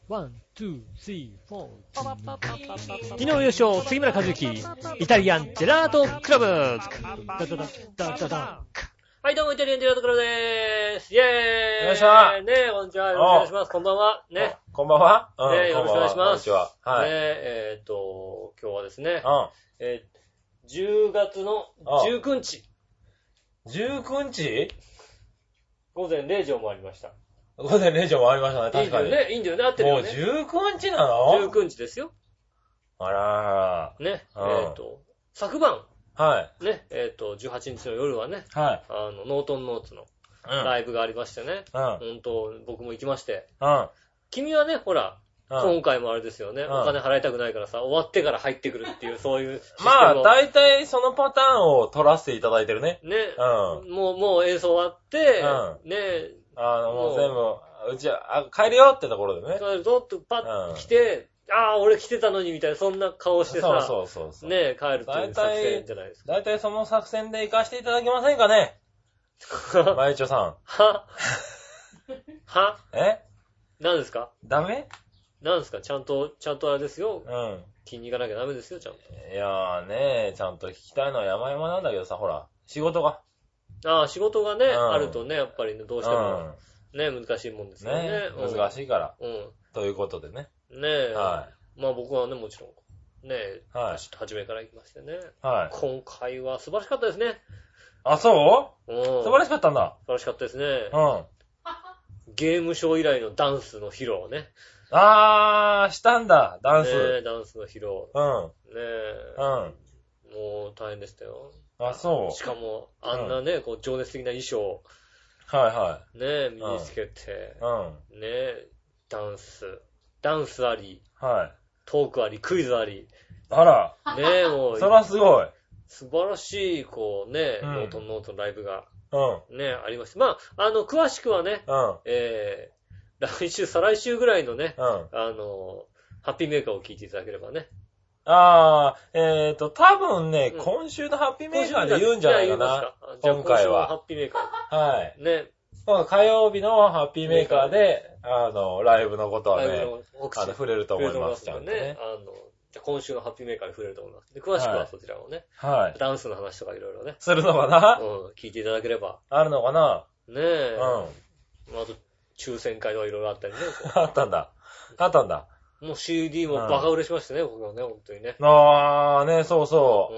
ワン、ツー、スリー、フォー。井上芳雄、杉村和之、イタリアンジェラートクラブ。はい、どうも、イタリアンジェラートクラブでーす。イェーイ。 よいしょ。 ねえ、こんにちは。よろしくお願いします。こんばんは。ね。 こんばんは。 ね、よろしくお願いします。 こんにちは。はい。 ね今日はですね、 うん。 10月の19日。 19日午前0時を回りました。 午前0時を回りましたね、確かに。 いいんだよね、合ってるよね。 もう19日なの ?19 日ですよ。 あらー。ね、 うん昨晩。 はい。 ね、18日の夜はね、 はい。 ノートンノーツのライブがありましてね。本当僕も行きまして。君はね、ほら、今回もあれですよね、お金払いたくないからさ、終わってから入ってくるっていう、そういうシステムを。 まあ、大体そのパターンを取らせていただいてるね。 ね。もう演奏終わって、ね。 もう全部、うちは、帰るよってところでね。 帰るぞってパッと来て、俺来てたのにみたいな、そんな顔してさ、 そうね、帰るっていう作戦じゃないですか。 大体その作戦で行かせていただけませんかねまゆちょさん。 何ですかダメ何ですかちゃんとあれですよ。気に行かなきゃダメですよ、ちゃんと。 いやーね、ちゃんと聞きたいのは山々なんだけどさ、ほら、仕事が。 仕事がね、あるとね、やっぱりね、どうしても、ね、難しいもんですよね。 難しいから。ということでね。 ねえ。まあ僕はね、もちろん、ねえ、初めから行きましてね。今回は素晴らしかったですね。 あ、そう素晴らしかったんだ。 素晴らしかったですね。ゲームショー以来のダンスの披露ね。 したんだ、ダンス。 ねえ、ダンスの披露。ねえ。もう大変でしたよ。 そう。 しかも、あんなね、こう、情熱的な衣装。ねえ、身につけて。ねえ、ダンスあり。トークあり、クイズあり。 あら。 ねえ、もう。 そらすごい。 素晴らしい、こうね、ノートのライブが。ね、ありました。まあ、詳しくはね、来週、再来週ぐらいのね、ハッピーメーカーを聞いていただければね。 多分ね、今週のハッピーメーカーで言うんじゃないかな。今回は。 ハッピーメーカー。 はい。 ね。 火曜日のハッピーメーカーで、ライブのことはね、触れると思います、ちゃんとね。 今週のハッピーメーカーで触れると思います。で、詳しくはそちらをね。ダンスの話とかいろいろね。 するのかな聞いていただければ。 あるのかなねえ。あと、抽選会とかいろいろあったりね。 あったんだ。 もう CD もバカ売れしましたね、僕はね、本当にね。 ね、そうそう。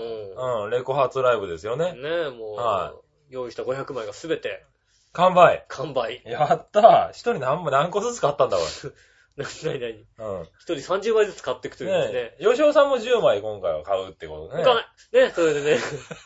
レコ発ライブですよね。 ねえ、もう、用意した500枚がすべて。 完売。やった一人何個ずつ買ったんだ、おい。 何一人30枚ずつ買っていくというですね。 吉尾さんも10枚今回は買うってことね。 買わない。ね、それでね。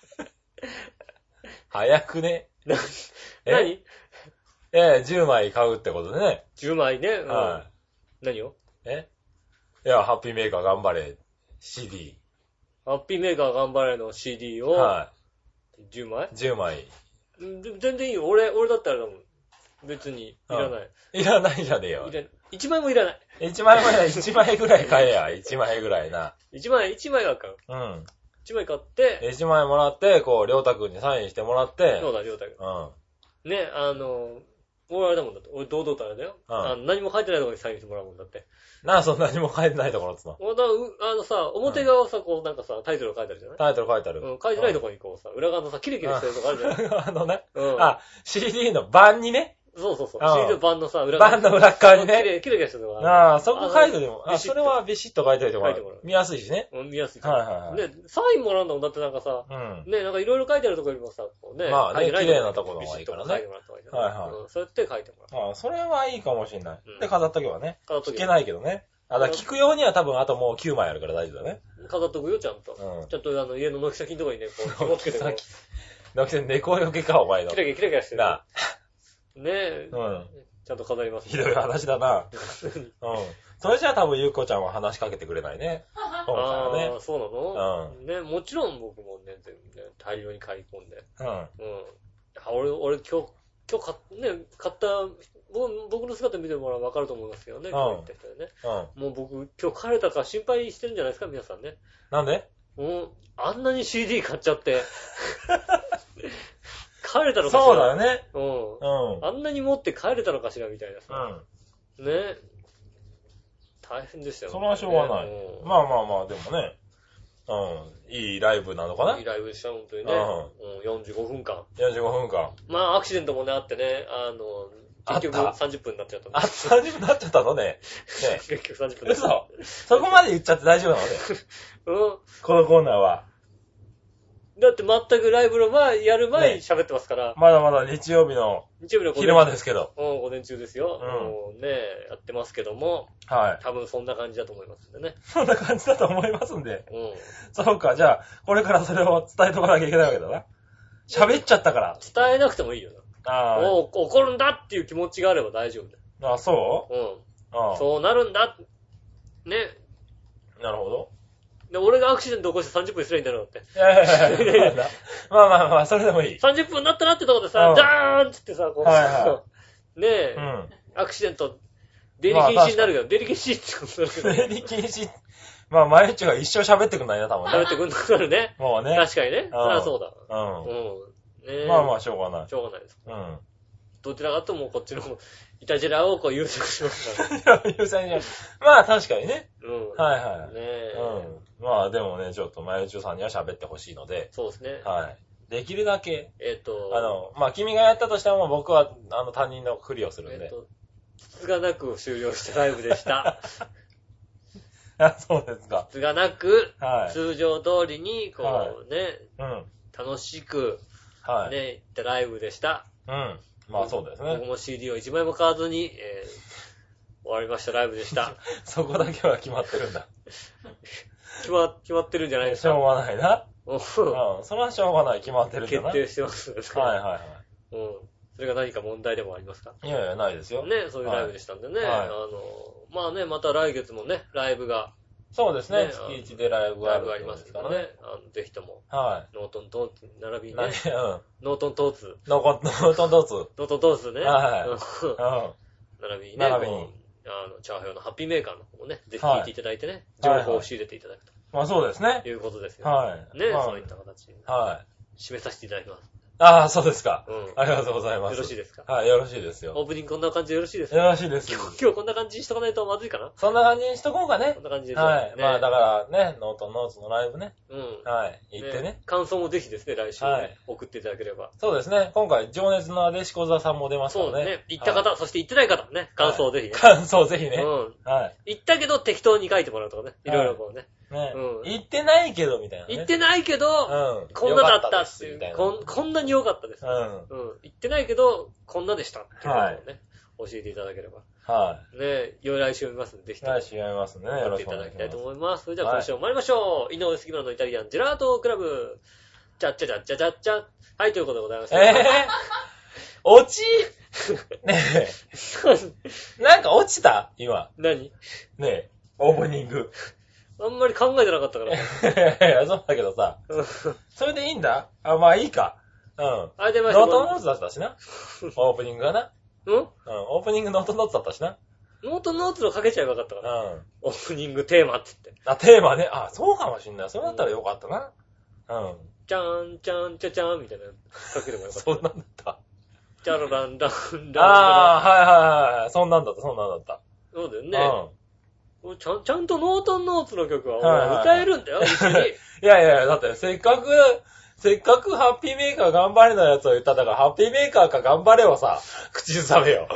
早くね。 何 10枚買うってことでね。 10枚ね。何をいや、ハッピーメーカー頑張れ。CD。 ハッピーメーカー頑張れの CD を。10枚 ?10 枚。 全然いいよ。俺だったら別にいらない。 いらないじゃねえよ。 1枚もいらない。 1枚ぐらい買えや。1枚ぐらいな。 1枚は買う。1枚買って。 1枚もらって、こう、りょうたくんにサインしてもらって。 そうだ、りょうたくん。ね、俺あれだもんだって。俺堂々とあれだよ。何も書いてないところにサインしてもらうもんだって。 そんな何も書いてないところっつの。 表側さ、こうなんかさ、タイトル書いてあるじゃない？ タイトル書いてある。 書いてないところにこうさ、裏側のさ、キレキレしてるとこあるじゃない？ CD の版にね。 そう。CD の版のさ、 版の裏側にね。 キレキレしてるとこある。 そこ書いてるもん。それはビシッと書いておいてもらう。見やすいしね。 見やすい。ね、サインもらうんだもん。だってなんかさ、ね、なんかいろいろ書いてあるところよりもさ、こうね。 まあね、綺麗なところがいいからね。 書いてもらった方がいいからね。そうやって書いてもらう。 それはいいかもしれない。で、飾っとけばね。聞けないけどね。聞くようには多分あともう9枚あるから大丈夫だね。 飾っとくよ、ちゃんと。ちゃんと家の軒先のところにね、こう、紐つけてこう。 軒先猫よけか、お前の。 キラキラしてる。ねえ。ちゃんと飾ります。 ひどい話だな。それじゃあ多分ゆうこちゃんは話しかけてくれないね。 そうなのね、もちろん僕もね、大量に買い込んで。俺今日買った、僕の姿見てもらうわかると思いますよね、今日行った人でね。もう僕、今日帰れたから心配してるんじゃないですか、皆さんね。 なんであんなに CD 買っちゃって。帰れたのかしら。 そうだよね。 あんなに持って帰れたのかしらみたいなさ。ね。 大変でしたよね。 それはしょうがない。まあまあまあ、でもね。いいライブなのかな？ いいライブでした、本当にね。45分間。 45分間。 まあ、アクシデントもね、あってね、結局30分になっちゃったんで。 30分になっちゃったのね。 結局30分。 嘘。そこまで言っちゃって大丈夫なのね。このコーナーは。 だって全くライブのやる前に喋ってますから。 まだまだ日曜日の昼間ですけど。 午前中ですよ。やってますけども。はい。多分そんな感じだと思いますんでね。 そんな感じだと思いますんで。そうか、じゃあ、これからそれを伝えとかなきゃいけないわけだな。喋っちゃったから。 伝えなくてもいいよな。怒るんだっていう気持ちがあれば大丈夫だよ。そうそうなるんだ。ね。なるほど。で、俺がアクシデント起こして30分すればいいんだろうって。いやまあまあまあ、それでもいい。 30分になったなってとこでさ、ダーンってさ、こう、ねえ、アクシデント、出入り禁止になるけど、出入り禁止ってことだけど。 出入り禁止。まあ、毎日が一生喋ってくんないな、多分ね。 喋ってくんなくなるね。もうね。確かにね。そりゃそうだ。 まあまあ、しょうがない。 しょうがないです。どちらかともこっちのイタジラをこう優先しますから。 優先しまあ確かにね。はいはい。 ねえ。 まあでもね、ちょっとまゆちょさんには喋ってほしいので。 そうですね。 はい。できるだけ。まあ君がやったとしても僕は他人のふりをするんで。 つがなく終了したライブでした。 そうですか。 つがなく、通常通りに、こうね、楽しく、ね、行ったライブでした。まあそうですね。僕も CD を1枚も買わずに、終わりましたライブでした。 そこだけは決まってるんだ。 決まってるんじゃないですか。 しょうがないな。それはしょうがない。決まってるんじゃない。 決定してます。 はいはいはい。 それが何か問題でもありますか？ いやいや、ないですよ。 ね、そういうライブでしたんでね。まあね、また来月もね、ライブが。 そうですね。月1でライブがありますからね。ぜひとも。はい。ノートントーツ、並びにね。ノートントーツ。 ノートントーツ。 ノートントーツね。 はい。 並びにね。チャーハンのハッピーメーカーの方もね、ぜひ聞いていただいてね、情報を仕入れていただくと。 まあそうですね。 いうことですよ。 はい。 ね、そういった形で。はい。締めさせていただきます。 ああ、そうですか。ありがとうございます。 よろしいですか？ はい、よろしいですよ。 オープニングこんな感じでよろしいですか？ よろしいです。 今日こんな感じにしとかないとまずいかな？ そんな感じにしとこうかね。 こんな感じです。 はい。まあだからね、ノートのライブね。はい。行ってね。 感想もぜひですね、来週ね、送っていただければ。 そうですね。今回、情熱のアデシコ座さんも出ますからね。そうね。 行った方、そして行ってない方ね、感想をぜひね。 感想をぜひね。 はい。行ったけど適当に書いてもらうとかね。いろいろこうね。 行ってないけど、みたいな。 行ってないけど、こんなだったっていう。こんなに良かったです。行ってないけど、こんなでしたっていうことをね、教えていただければ。はい。ね、来週見ますんで、ぜひとも。 来週見ますね。よろしくお願いします。 いただきたいと思います。それでは今週も参りましょう。井上杉村のイタリアンジェラートクラブ。チャッチャチャッチャチャッチャ。はい、ということでございます。 落ちねえ。なんか落ちた今。 何ねえ、オープニング。 あんまり考えてなかったから。 いや、そうだけどさ。それでいいんだ？まあいいか。 あ、出ました。 ノートノーツだったしな。オープニングがな。オープニングノートノーツだったしな。 ノートノーツをかけちゃえばよかったから。オープニングテーマって言って。 テーマね。そうかもしんない。そうだったらよかったな。 チャーン、チャン、チャチャンみたいなかければよかった。 そんなんだった。 チャロランランラン。 はい。そんなんだった。そうだよね。ちゃんとノートンノーツの曲は歌えるんだよ、一緒に。 いや、だってせっかくハッピーメーカー頑張れのやつを言ったんだから、ハッピーメーカーか頑張れをさ、口ずさめよ。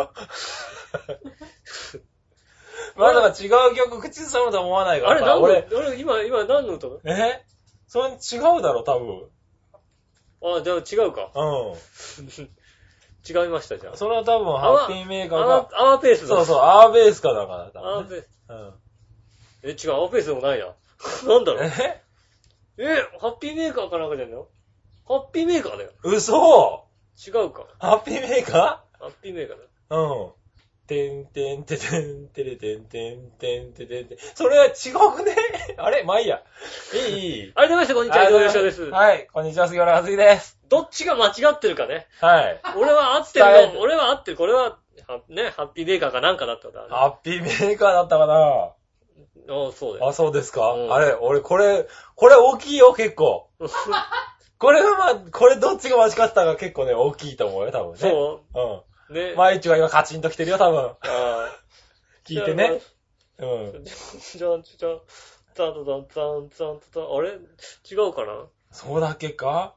まだ違う曲口ずさむと思わないからさ。 俺今何の歌それ違うだろ、多分。 じゃあ違うか。違いました、じゃあ。 それは多分、ハッピーメーカーが。 アーペースだ。 そう、アーベースかだから、多分、 アーベース。違う、アーペースでもないな。なんだろう。ハッピーメーカーかなんかじゃんの？ハッピーメーカーだよ。 嘘！ 違うか。 ハッピーメーカー？ ハッピーメーカーだよ。 てんてんててんてれてんてんてんててんてん。それは違くね？あれまあいいや。いい。 ありがとうございました。こんにちは。井上芳雄です。 はい。こんにちは。杉浦和樹です。 どっちが間違ってるかね。 はい。 俺は合ってるの。俺は合ってる。これは、ね、ハッピーメーカーかなんかだったんだ。 ハッピーメーカーだったかな？ そうだよ。 そうですか。俺、これ大きいよ、結構。これどっちが間違ったか結構ね、大きいと思うよ、多分ね。 そう？ ね。毎日が今カチンと来てるよ、多分。聞いてね。 うん。 じゃん、ザンザンザンザンザン、あれ違うかな？ そうだけか？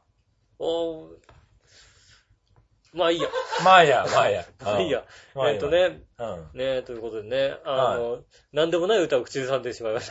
まあいいや。 まあいいや。 いいや。 うん。 ね、ということでね、なんでもない歌を口ずさんでしまいました。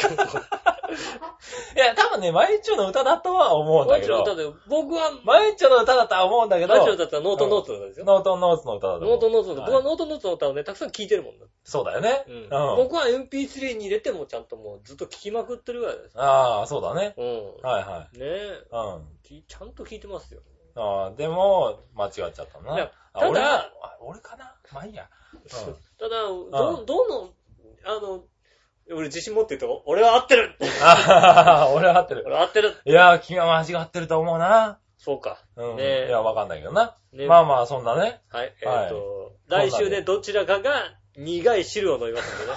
いや、多分ね、マユッチョの歌だとは思うんだけど。 僕は、 マユッチョの歌だとは思うんだけど。 マユッチョの歌だったらノートンノーツの歌ですよ。 ノートンノーツの歌だと思う。 ノートンノーツの歌。僕はノートンノーツの歌をね、たくさん聴いてるもんだ。 そうだよね。 僕は MP3 に入れてもちゃんともうずっと聴きまくってるぐらいです。 ああ、そうだね。はいはい。 ねえ。ちゃんと聴いてますよ。 でも、間違っちゃったな。 いや、ただ、 俺かな？まあいいや。 ただ、俺自信持って言うと、俺は合ってる俺は合ってる。 俺合ってる。 いや、君は間違ってると思うな。 そうか。 ねえ。いや、わかんないけどな。まあまあ、そんなね。 はい。来週でどちらかが苦い汁を飲みますん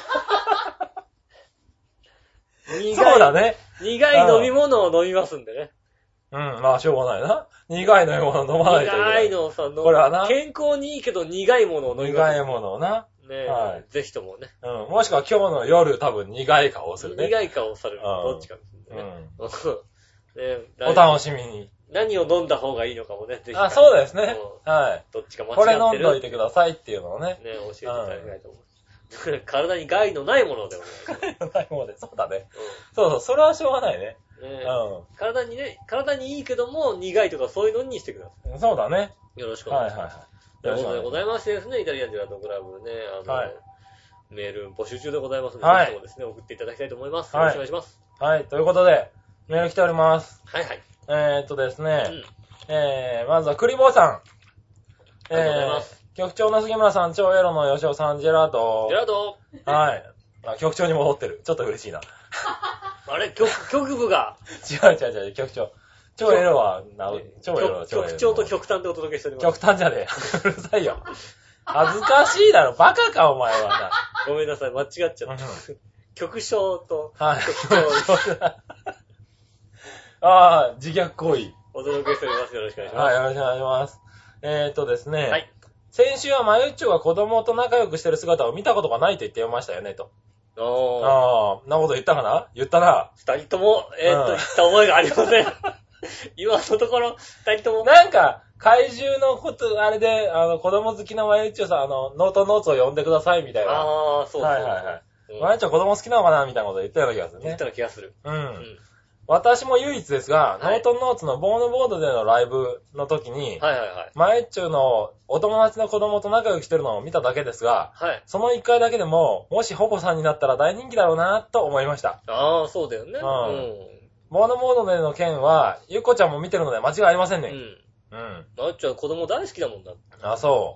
でね。 そうだね。 苦い飲み物を飲みますんでね。 まあ、しょうがないな。苦い飲み物飲まないといけない。 苦いのをさ、 これはな。 健康にいいけど苦いものを飲みます。 苦いものをな。 ねえ、ぜひともね。 もしくは今日の夜多分苦い顔をするね。 苦い顔をされる。どっちかですね。 お楽しみに。 何を飲んだ方がいいのかもね、ぜひ。 そうですね。はい。 どっちか間違ってる。 これ飲んどいてくださいっていうのをね。 教えていただきたいと思う。体に害のないものでお願いします。 害のないもので、そうだね。そう、それはしょうがないね。 体にいいけども苦いとかそういうのにしてください。 そうだね。 よろしくお願いします。ということでございましてですね、イタリアンジェラートクラブね、メール募集中でございますので、ぜひともですね、送っていただきたいと思います。よろしくお願いします。 はい、ということで、メール来ております。 はいはい。 ですね、まずはクリボーさん。 ありがとうございます。 局長の杉村さん、超エロの吉尾さん、ジェラート。 ジェラート。 はい。局長に戻ってる。ちょっと嬉しいな。 あれ、局部が。 違う、局長。超エロは、超エロ。 局長と極端でお届けしております。 極端じゃねえ。うるさいよ。恥ずかしいだろ。バカか、お前はな。 ごめんなさい、間違っちゃった。局長と局長。自虐行為。 お届けしております。よろしくお願いします。 はい、よろしくお願いします。ですね。 はい。 先週はマユッチョが子供と仲良くしてる姿を見たことがないと言ってましたよね、と。なこと言ったかな？言ったな。 二人とも、言った覚えがありません。今のところ、二人とも。 なんか、怪獣のこと、あれで、子供好きなマユッチョさん、ノートノーツを呼んでください、みたいな。 そう。 はい。マユッチョ子供好きなのかなみたいなこと言ったような気がするね。 言ったような気がする。 私も唯一ですが、ノートノーツのボーノボードでのライブの時に、マユッチョのお友達の子供と仲良くしてるのを見ただけですが、その一回だけでも、もしホボさんになったら大人気だろうなと思いました。 そうだよね。 ボーノボードでの件は、ゆっこちゃんも見てるので間違いありませんね。 マユッチョは子供大好きだもんだ。そう。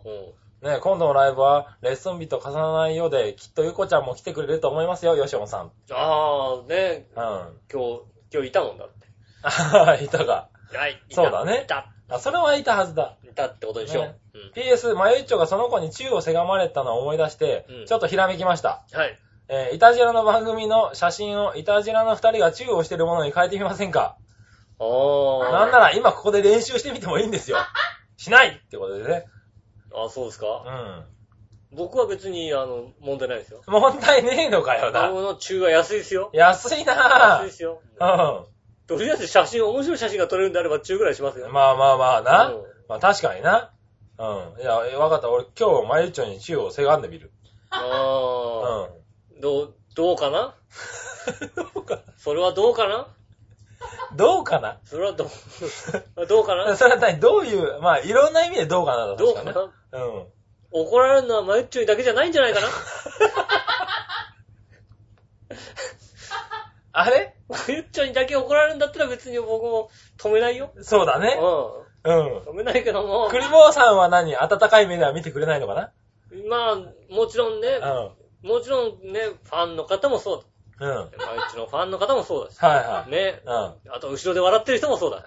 ね、今度のライブはレッスン日と重ならないようで、きっとゆこちゃんも来てくれると思いますよ、ヨシオンさん。 ね。今日いたもんだって。 いたか。 はい。 そうだね。 いた。 それはいたはずだ。 いたってことでしょ。 PS、マユッチョがその子に宙をせがまれたのを思い出して、ちょっとひらめきました。 はい。 イタジラの番組の写真をイタジラの二人が宙をしてるものに変えてみませんか？なんなら今ここで練習してみてもいいんですよ。しないってことでね。 そうですか？僕は別に、問題ないですよ。 問題ねえのかよな。 僕の中は安いですよ。 安いなぁ。 安いですよ。とりあえず面白い写真が撮れるんであれば中ぐらいしますよ。 まあな。まあ確かにな。いや、わかった。俺今日マユッチョに中をせがんでみる。 どうかなそれはどうかなどうかなそれはどうかなそれは何どういう、まあいろんな意味でどうかなだどうかな怒られるのはマユッチョにだけじゃないんじゃないかなあれマユッチョにだけ怒られるんだったら別に僕も止めないよ。 そうだね。 止めないけども。 クリボーさんは温かい目では見てくれないのかな？ まあ、もちろんね、ファンの方もそうだ。マユッチョのファンの方もそうだし。ね。あと、後ろで笑ってる人もそうだ。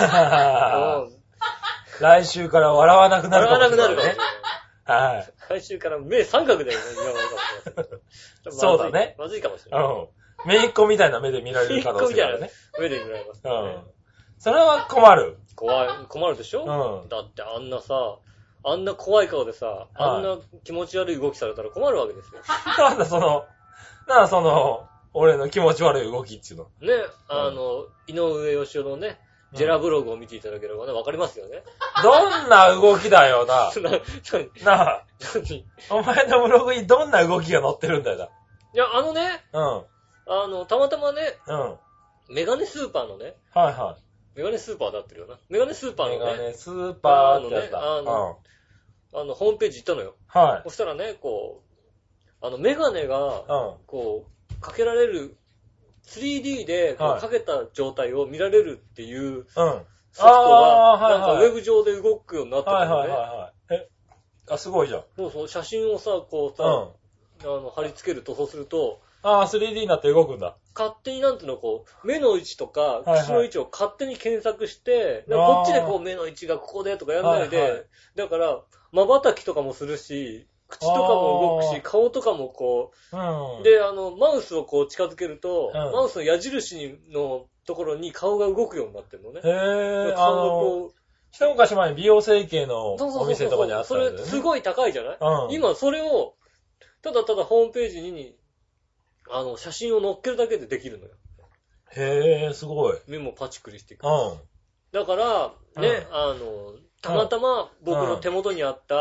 来週から笑わなくなるかもしれない。笑わなくなるね。 来週から目三角で、 そうだね。 まずいかもしれない。 めいっ子みたいな目で見られる可能性があるね。 目で見られます。 それは困る。 困るでしょ？だってあんな怖い顔でさ、あんな気持ち悪い動きされたら困るわけですよ。 なんだから俺の気持ち悪い動きっていうの。 ね、井上義雄のね、ジェラブログを見ていただければね、わかりますよね。 どんな動きだよな。なあ。お前のブログにどんな動きが載ってるんだよな。いや、たまたまね、メガネスーパーのね、 はいはい。 メガネスーパーだってるよな。メガネスーパーのね、 メガネスーパーのね、 ホームページ行ったのよ。 はい。 そしたらね、メガネが、かけられる、3D でかけた状態を見られるっていうソフトが、なんかウェブ上で動くようになってるのね。 すごいじゃん。 そうそう、写真をさ、貼り付けると、そうすると、 3D になって動くんだ。 勝手に目の位置とか、口の位置を勝手に検索して、こっちで目の位置がここでとかやんないで、だから、瞬きとかもするし、口とかも動くし、顔とかもで、マウスを近づけると、マウスの矢印のところに顔が動くようになってるのね。 へぇ一昔前に美容整形のお店とかにあったんだよね。 それすごい高いじゃない？今それを、ただただホームページに、写真を載っけるだけでできるのよ。 へぇすごい。 目もパチクリしていく。だから、ね、たまたま僕の手元にあった、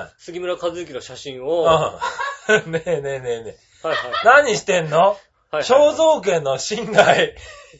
杉村和之の写真を、 ねえ。何してんの？肖像権の侵害。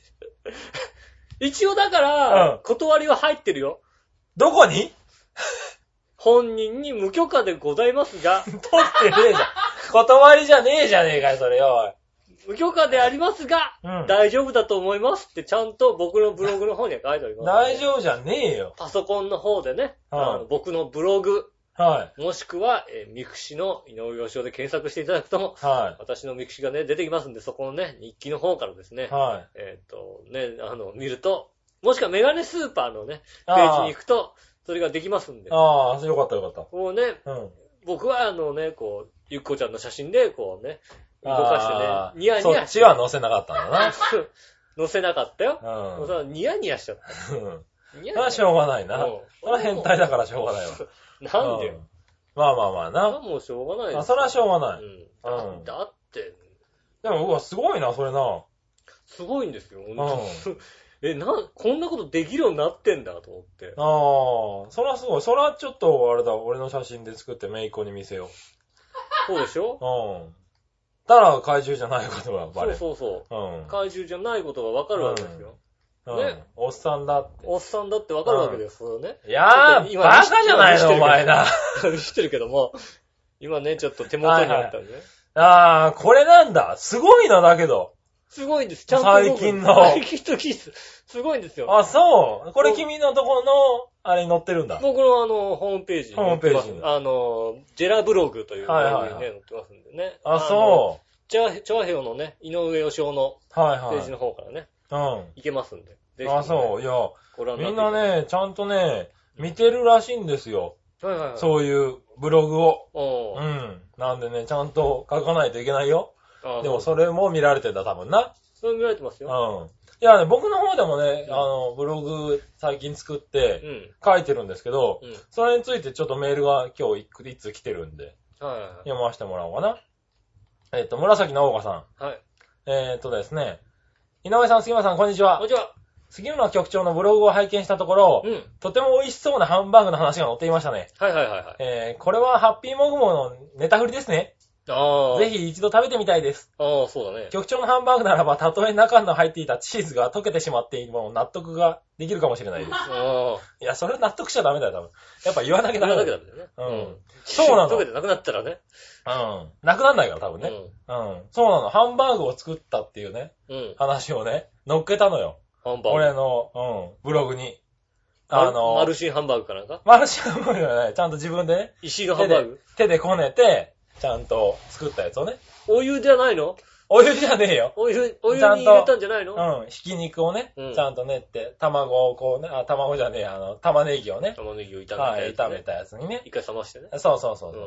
一応だから、断りは入ってるよ。 どこに？ 本人に無許可でございますが。 取ってねえじゃん。断りじゃねえじゃねえかよ、それよ。 無許可でありますが、大丈夫だと思いますってちゃんと僕のブログの方には書いてあります、ね。 大丈夫じゃねえよ。 パソコンの方でね、僕のブログ、もしくは、ミクシの井上義雄で検索していただくと、私のミクシがね、出てきますんで、そこのね、日記の方からですね、見ると、もしくはメガネスーパーのね、ページに行くと、それができますんで。 よかった。 僕はゆっこちゃんの写真で、動かしてね、ニヤニヤして。 そっちは載せなかったんだな。 載せなかったよ。ニヤニヤしちゃった。 それはしょうがないな。それは変態だからしょうがないわ。 なんでよ。 まあな。 もうしょうがないです。 それはしょうがない。 だって。 でも、すごいな、それな。 すごいんですよ、こんなことできるようになってんだと思って。 それはすごい。それはちょっと、あれだ、俺の写真で作ってメイコに見せよう。 そうでしょ？ ただ怪獣じゃないことがバレる。 そう。怪獣じゃないことがわかるわけですよ。ね。 おっさんだって。 おっさんだってわかるわけですよね。 いやー、バカじゃないの、お前な。 知ってるけども、今ね、ちょっと手元にあったんでね。 これなんだ。すごいな、だけど。 すごいんです。ちゃんと。 最近の。 すごいんですよ。 そう。これ君のところの、あれに載ってるんだ。 僕のホームページに載ってます。ジェラブログというブログにね、載ってますんでね。 そう。 チョアヘヨのね、井上義雄のページの方からね。いけますんで。 そう。いや、みんなね、ちゃんとね、見てるらしいんですよ。そういうブログを。なんでね、ちゃんと書かないといけないよ。でもそれも見られてんだ、多分な。 それ見られてますよ。 いやね、僕の方でもね、ブログ最近作って書いてるんですけど、それについてちょっとメールが今日いつ来てるんで、読ませてもらおうかな。紫のオーガさん。ですね、井上さん、杉村さん、こんにちは。 こんにちは。 杉村局長のブログを拝見したところ、とても美味しそうなハンバーグの話が載っていましたね。これはハッピーモグモのネタ振りですね。ぜひ一度食べてみたいです。 そうだね。 局長のハンバーグならば、たとえ中に入っていたチーズが溶けてしまっても納得ができるかもしれないです。いや、それ納得しちゃダメだよ、多分。やっぱ言わなきゃダメだよ。そうなの。 溶けてなくなったらね。 なくなんないから、多分ね。そうなの。ハンバーグを作ったっていうね、話をね、乗っけたのよ。俺の、ブログに。 マルシンハンバーグかなんか？ マルシンハンバーグじゃない。ちゃんと自分でね。 石のハンバーグ？ 手でこねて、ちゃんと作ったやつをね。 お湯じゃないの？ お湯じゃねえよ。 お湯に入れたんじゃないの？ ひき肉をね、ちゃんと練って、卵をこうね、卵じゃねえ、玉ねぎをね。 玉ねぎを炒めたやつにね。 一回冷ましてね。 そう。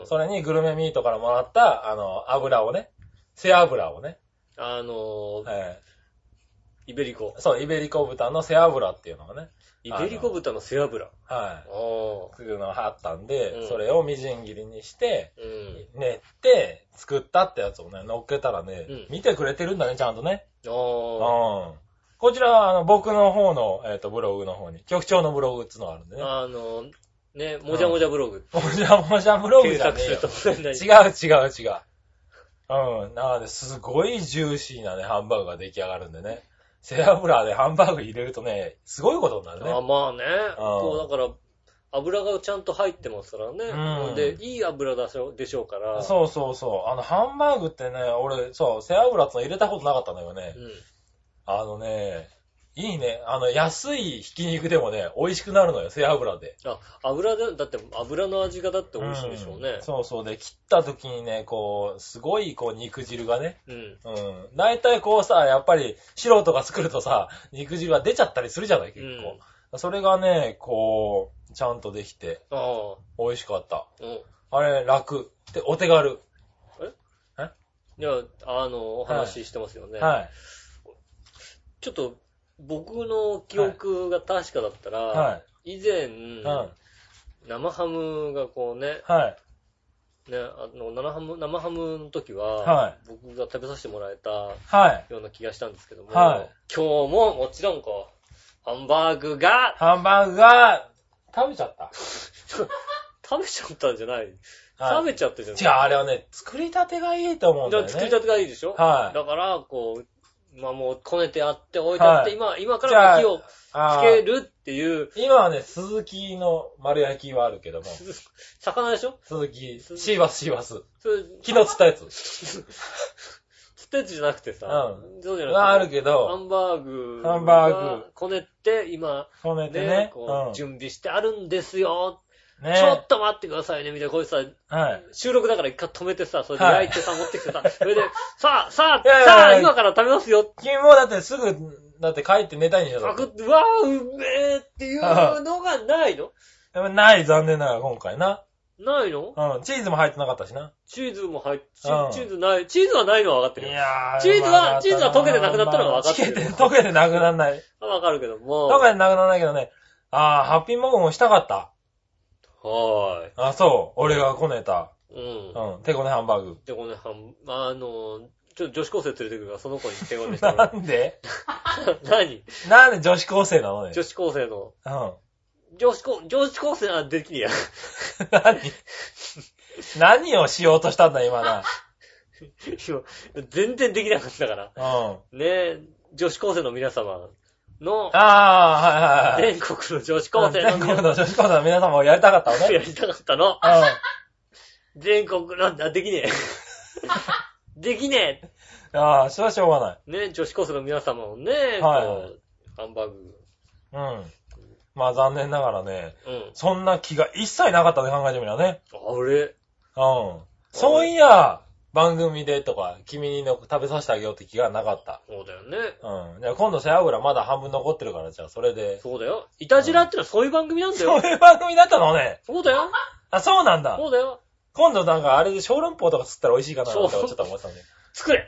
それにグルメミートからもらった、油をね、背脂をね。 イベリコ。 そう、イベリコ豚の背脂っていうのがね。 イベリコ豚の背脂。 はい。そういうのがあったんで、それをみじん切りにして、練って、作ったってやつをね、乗っけたらね、見てくれてるんだね、ちゃんとね。こちらは、僕の方の、ブログの方に、局長のブログっていうのがあるんでね。 ね、もじゃもじゃブログ。 もじゃもじゃブログだね。違う。なので、すごいジューシーなね、ハンバーグが出来上がるんでね。背脂でハンバーグ入れるとね、すごいことになるね。 まあね。だから、油がちゃんと入ってますからね。で、いい油でしょうから。 そう。ハンバーグってね、俺、そう、背脂っての入れたことなかったんだよね。いいね。安いひき肉でもね、美味しくなるのよ、背脂で。 油で、だって油の味がだって美味しいでしょうね。 そうで、切った時にね、すごい肉汁がね。大体さ、やっぱり素人が作るとさ、肉汁が出ちゃったりするじゃない、結構。それがね、ちゃんとできて、美味しかった。あれ、楽。で、お手軽。 いや、お話ししてますよね。 はい。 ちょっと、僕の記憶が確かだったら、以前、生ハムがね、生ハムの時は、僕が食べさせてもらえたような気がしたんですけども、今日ももちろんハンバーグが食べちゃった。 食べちゃったんじゃない。食べちゃってじゃない。 違う、あれはね、作りたてがいいと思うんだよね。 作りたてがいいでしょ。だからもうこねてあって置いてあって、今から火をつけるっていう。 今はね、鈴木の丸焼きはあるけども。 魚でしょ。 鈴木。シーバス。昨日釣ったやつ。 釣ったやつじゃなくてさ。 そうじゃなくて。あるけど。 ハンバーグ。こねて、今。 こねてね。 準備してあるんですよ。ちょっと待ってくださいね、みたいな。これさ、収録だから一回止めてさ、それで焼いてさ、持ってきてさ、それで、さあ、今から食べますよ。 君もだってすぐ、だって帰って寝たいんでしょ。 うめえっていうのがないの？ ない、残念ながら今回な。 ないの？ チーズも入ってなかったしな。 チーズない。チーズはないのは分かってるよ。チーズは溶けてなくなったのは分かってる。 溶けてなくならない。 分かるけども。 溶けてなくならないけどね。ハッピーモグもしたかった。そう。俺がこねた。手こねハンバーグ。 手こねちょっと女子高生連れてくるから、その子に手こねしてもらう。 なんで何なんで女子高生なのね。 女子高生の。女子高生はできねえや。 何をしようとしたんだ、今な。 全然できなかったから。ねえ、女子高生の皆様の、全国の女子高生の皆様をやりたかったのね。 やりたかったの。全国の、できねえ。できねえ。 それはしょうがない。 ね、女子高生の皆様をね、ハンバーグ。 まあ残念ながらね、そんな気が一切なかったね、考えてみればね。そういや、番組でとか、君に食べさせてあげようって気がなかった。 そうだよね。 じゃあ今度背脂まだ半分残ってるから、じゃあそれで。 そうだよ。イタジラってのはそういう番組なんだよ。 そういう番組だったのね。 そうだよ。 そうなんだ。 そうだよ。 今度なんかあれで小籠包とか釣ったら美味しいかなってちょっと思ってたね。 作れ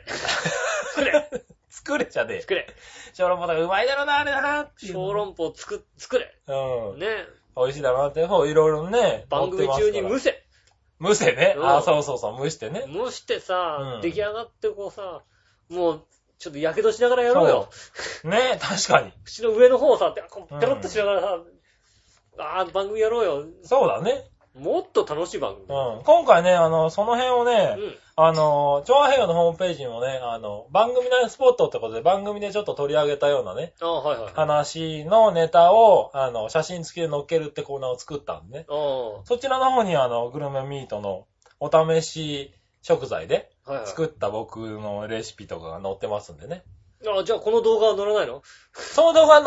じゃねえ。 作れ。 小籠包とかうまいだろうな、あれだなっていう。 小籠包作れ。ね。 美味しいだろうなって、いろいろね。 番組中に蒸せね。そう、蒸してね。 蒸してさ、出来上がってさ、もう、ちょっと火傷しながらやろうよ。 ね、確かに。 口の上の方をさ、ペロッとしながらさ、番組やろうよ。 そうだね。 もっと楽しい番組。 今回ね、その辺をね、調和平和のホームページにもね、番組内スポットってことで番組でちょっと取り上げたようなね、話のネタを、写真付きで載っけるってコーナーを作ったんでね。そちらの方にグルメミートのお試し食材で作った僕のレシピとかが載ってますんでね。 じゃあこの動画は載らないの？ その動画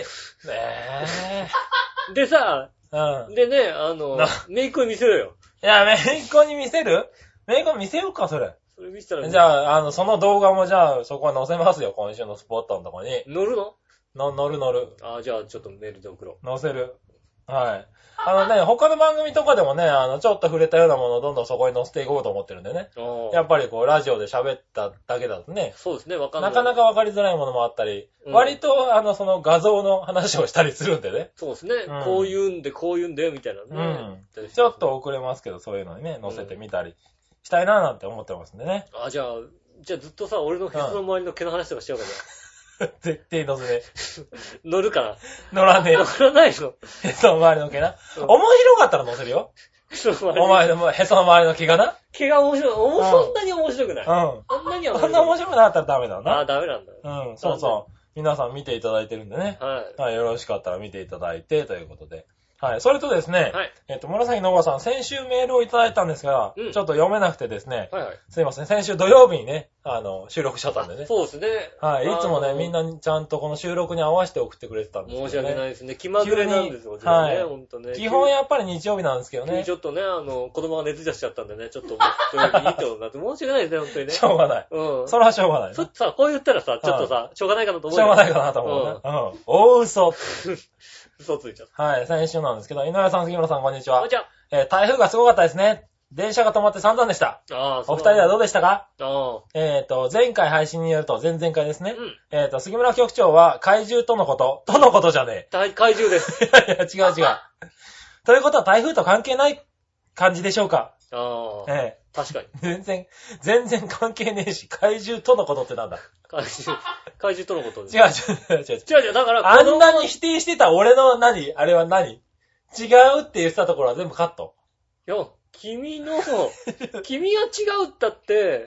でさ、でね、メイクに見せろよ。 いや、メイクに見せる？メイク見せようか、それ。 それ見せたらじゃあ、その動画もじゃあ、そこは載せますよ、今週のスポットのとこに。 載るの？ 載る。 じゃあ、ちょっとメールで送ろう。載せる。 はい。他の番組とかでもね、ちょっと触れたようなものをどんどんそこに載せていこうと思ってるんでね。やっぱりこう、ラジオで喋っただけだとね。 そうですね、わかんない。 なかなかわかりづらいものもあったり、割と、その画像の話をしたりするんでね。 そうですね。こう言うんで、みたいなね。ちょっと遅れますけど、そういうのにね、載せてみたりしたいななんて思ってますんでね。 じゃあずっとさ、俺のへその周りの毛の話とかしようかな。 絶対乗せね。 乗るかな？ 乗らねえ。 乗らないの？ へその周りの毛な。面白かったら乗せるよ。お前でもへその周りの毛がな。 毛が面白い。そんなに面白くない。 そんなに面白くない。そんな面白くなかったらダメだな。 ダメなんだ。 そうそう。皆さん見ていただいてるんでね。はい。よろしかったら見ていただいて、ということで。はい。それとですね。はい。紫のおばさん、先週メールをいただいたんですが、ちょっと読めなくてですね。はいはい。すいません。先週土曜日にね、収録しちゃったんでね。 そうですね。 はい。いつもね、みんなにちゃんとこの収録に合わせて送ってくれてたんですけどね。 申し訳ないですね。気まぐれなんですよ、 はい。ほんとね。基本やっぱり日曜日なんですけどね。 ちょっとね、子供が熱出しちゃったんでね、ちょっと、土曜日にいいってことになって、申し訳ないですね、ほんとにね。 しょうがない。それはしょうがない。 さ、こう言ったらさ、ちょっとさ、しょうがないかなと思う。 しょうがないかなと思うね。大嘘。 嘘ついちゃった。 はい、先週なんですけど、井上さん、杉村さん、こんにちは。 こんにちは。 台風がすごかったですね。電車が止まって散々でした。お二人はどうでしたか？前回配信によると、前々回ですね。杉村局長は怪獣とのこと。とのことじゃねえ。怪獣です。 いや、違う。ということは台風と関係ない感じでしょうか？ 確かに。 全然関係ねえし、怪獣とのことってなんだ？ 怪獣とのことです。 違う。だから、あんなに否定してた俺のあれは何？違うって言ってたところは全部カット。 いや、君が違うったって、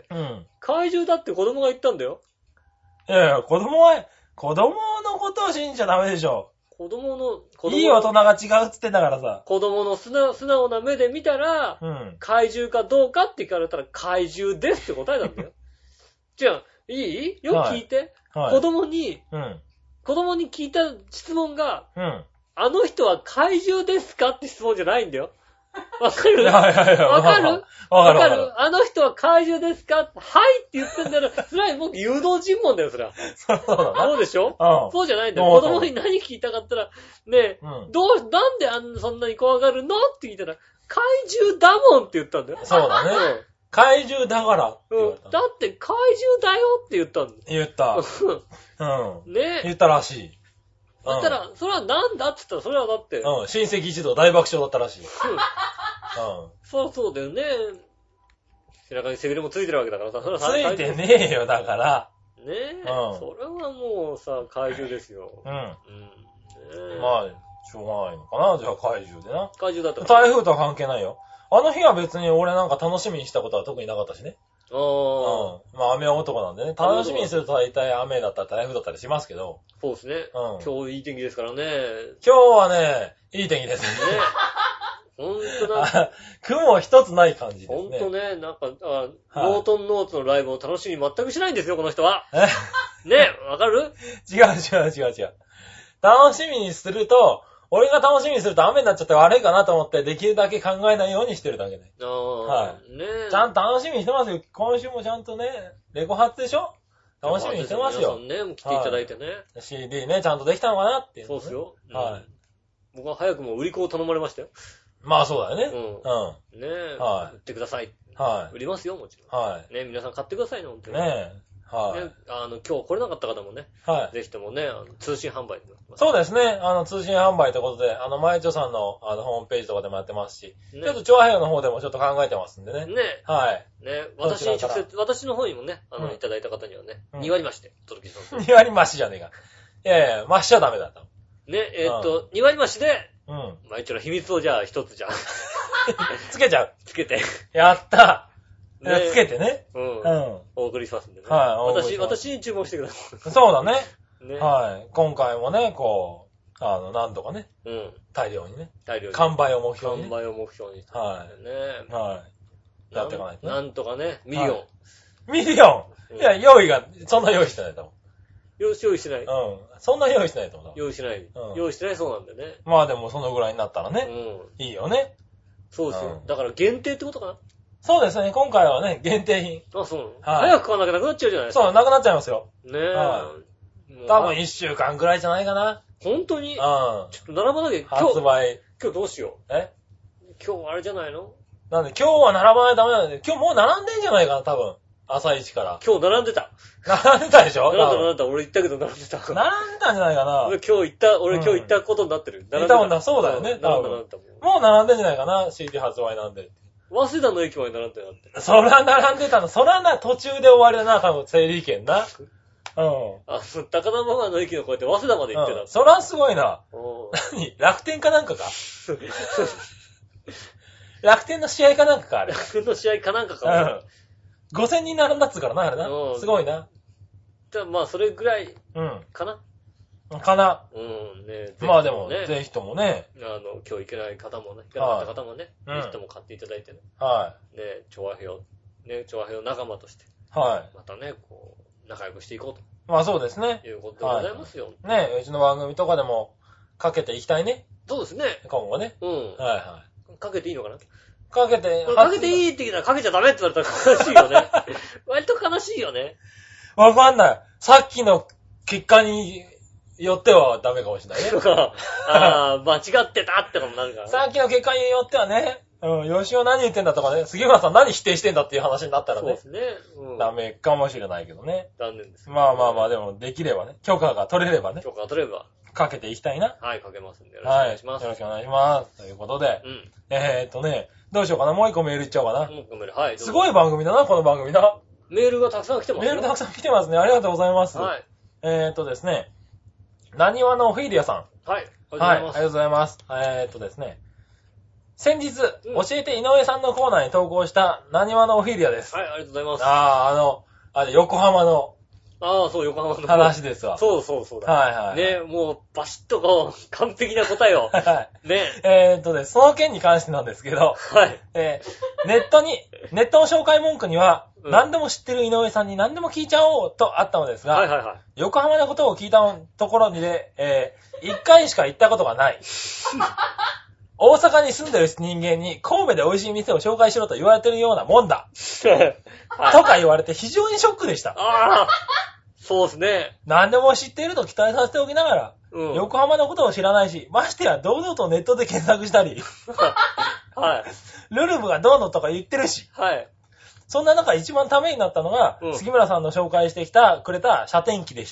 怪獣だって子供が言ったんだよ。 いや、子供のことを信じちゃダメでしょ。いい大人が違うっつってんだからさ。 子供の素直な目で見たら、怪獣かどうかって聞かれたら怪獣ですって答えたんだよ。じゃあ、いい？よく聞いて。子供に聞いた質問が、あの人は怪獣ですかって質問じゃないんだよ。わかる？わかる？あの人は怪獣ですか？はいって言ってんだよ。それは僕誘導尋問だよ、それは。そうでしょ？そうじゃないんだよ。子供に何聞いたかったら、ねえ、なんでそんなに怖がるのって聞いたら、怪獣だもんって言ったんだよ。 そうだね。怪獣だからって言われた。 だって怪獣だよって言ったんだよ。 言った。ねえ。言ったらしい。 だったら、それはなんだって言ったら、それはだって。 親戚一同大爆笑だったらしい。 そうだよね。背中に背びれもついてるわけだからさ。 ついてねえよ、だから。 ねえ。それはもうさ、怪獣ですよ。まあ、 しょうがないのかな。じゃあ怪獣でな。 怪獣だったら。 台風とは関係ないよ。あの日は別に俺なんか楽しみにしたことは特になかったしね。まあ雨男なんでね。楽しみにすると大体雨だったり台風だったりしますけど。 そうですね。今日いい天気ですからね。 今日はね、いい天気ですね。 ほんとだ。 雲一つない感じですね。 ほんとね、なんか、ノートンノーツのライブを楽しみ全くしないんですよ、この人は。ね、わかる？ 違う。楽しみにすると、俺が楽しみにすると雨になっちゃって悪いかなと思ってできるだけ考えないようにしてるだけで。はい。ねえ。ちゃんと楽しみにしてますよ。今週もちゃんとね、レコ発でしょ？楽しみにしてますよ。 皆さんね、来ていただいてね。 CD ね、ちゃんとできたのかなっていう。 そうっすよ。 はい。 僕は早くも売り子を頼まれましたよ。 まあそうだよね。 ねえ。売ってください。はい。売りますよ、もちろん。はい。ね、皆さん買ってくださいね、ほんとに。ねえ。はい。今日来れなかった方もね。はい。ぜひともね、通信販売で。 そうですね。通信販売ということで、まゆちょさんの、ホームページとかでもやってますし、ちょっと調和平和の方でもちょっと考えてますんでね。ね。はい。ね。私の方にもね、いただいた方にはね、2割増しで届けてます。2 割増しじゃねえか。いやいや、増しちゃダメだった。 ね、2割増しで、まゆちょの秘密をじゃあ一つじゃあ。 つけちゃう。 つけて。 やったつけてね。 お送りしますんでね。 はい。 私に注文してください。 そうだね。はい。今回もね、こう、なんとかね。大量にね。完売を目標に。 完売を目標に。 はい。はい。やっていかないとね。 なんとかね、ミリオン。 ミリオン！いや、そんな用意してないと思う。 用意してない。 そんな用意してないと思う。 用意してない。用意してないそうなんだよね。 まあでもそのぐらいになったらね。いいよね。 そうですよ。だから限定ってことかな？ そうですね。今回はね、限定品。 あ、そうなの？早く買わなきゃなくなっちゃうじゃないですか。 そう、なくなっちゃいますよ。 ねえ。 多分1週間くらいじゃないかな。 本当に？ちょっと並ばなきゃ。 発売今日どうしよう。今日あれじゃないの？ なんで今日は並ばないとダメなんで、今日もう並んでんじゃないかな、多分。朝一から。 今日並んでた。 並んでたでしょ？ 並んだ。俺行ったけど並んでた。 並んだんじゃないかな。 俺今日行ったことになってる。 行ったもんだ、そうだよね。多分。もう並んでんじゃないかな、CD 発売なんで。 早稲田の駅まで並んでたって。 そら並んでたの。そらな、途中で終わりだな、多分、整理券な。 高田馬場の駅のこうやって早稲田まで行ってた。 そらすごいな。何？楽天かなんかか楽天の試合かなんかか、あれ。 楽天の試合かなんかか。 5000人並んだっつうからな、あれな。すごいな。 じゃあまあ、それぐらい、かな。 かな。 ね。 まあでも、ぜひともね。 今日行けない方もね、行けなかった方もね、ぜひとも買っていただいてね。 はい。 ね、調和表仲間として。 はい。 またね、こう、仲良くしていこうと。 まあそうですね。 いうことでございますよ。 ね、うちの番組とかでもかけていきたいね。 そうですね。 今後ね。はいはい。 かけていいのかな？ かけていいって言ったらかけちゃダメって言われたら悲しいよね。割と悲しいよね。 わかんない。さっきの結果によってはダメかもしれないね。 間違ってたってことになるから、ね。 さっきの結果によってはね、吉尾何言ってんだとかね、杉村さん何否定してんだっていう話になったらね。 そうですね。 ダメかもしれないけどね。 残念です、 ね。まあ、でもできればね、許可が取れればね。かけていきたいな。 はい、かけますんでよろしくお願いします。 よろしくお願いします。ということで。どうしようかな。もう一個メールいっちゃおうかな。 もう一個メール、はい。 すごい番組だな、この番組な。 メールがたくさん来てますね。 メールたくさん来てますね。ありがとうございます。はい。ですね。なにわのオフィリアさん。 はい。 ありがとうございます。ですね。先日、教えて井上さんのコーナーに投稿したなにわのオフィリアです。 はい、ありがとうございます。 横浜の。 そう、横浜の話ですわ。 そうだ。はい。ね、もう、バシッとこう、完璧な答えを。はい。 ね。その件に関してなんですけど。はい。ネットの紹介文句には、何でも知ってる井上さんに何でも聞いちゃおうとあったのですが、横浜のことを聞いたところにで、1回しか行ったことがない。大阪に住んでる人間に神戸で美味しい店を紹介しろと言われてるようなもんだ。とか言われて非常にショックでした。 そうですね。 何でも知っていると期待させておきながら、横浜のことを知らないし、ましてや堂々とネットで検索したり、はい。ルルブがどうのとか言ってるし、はい。そんな中一番ためになったのが、杉村さんの紹介してくれた射天機でした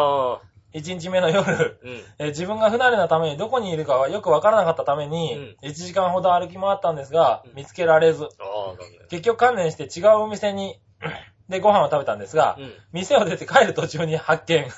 。1日目の夜、自分が不慣れなためにどこにいるかはよくわからなかったために、1時間ほど歩き回ったんですが、見つけられず、結局観念して違うお店に、でご飯を食べたんですが、店を出て帰る途中に発見。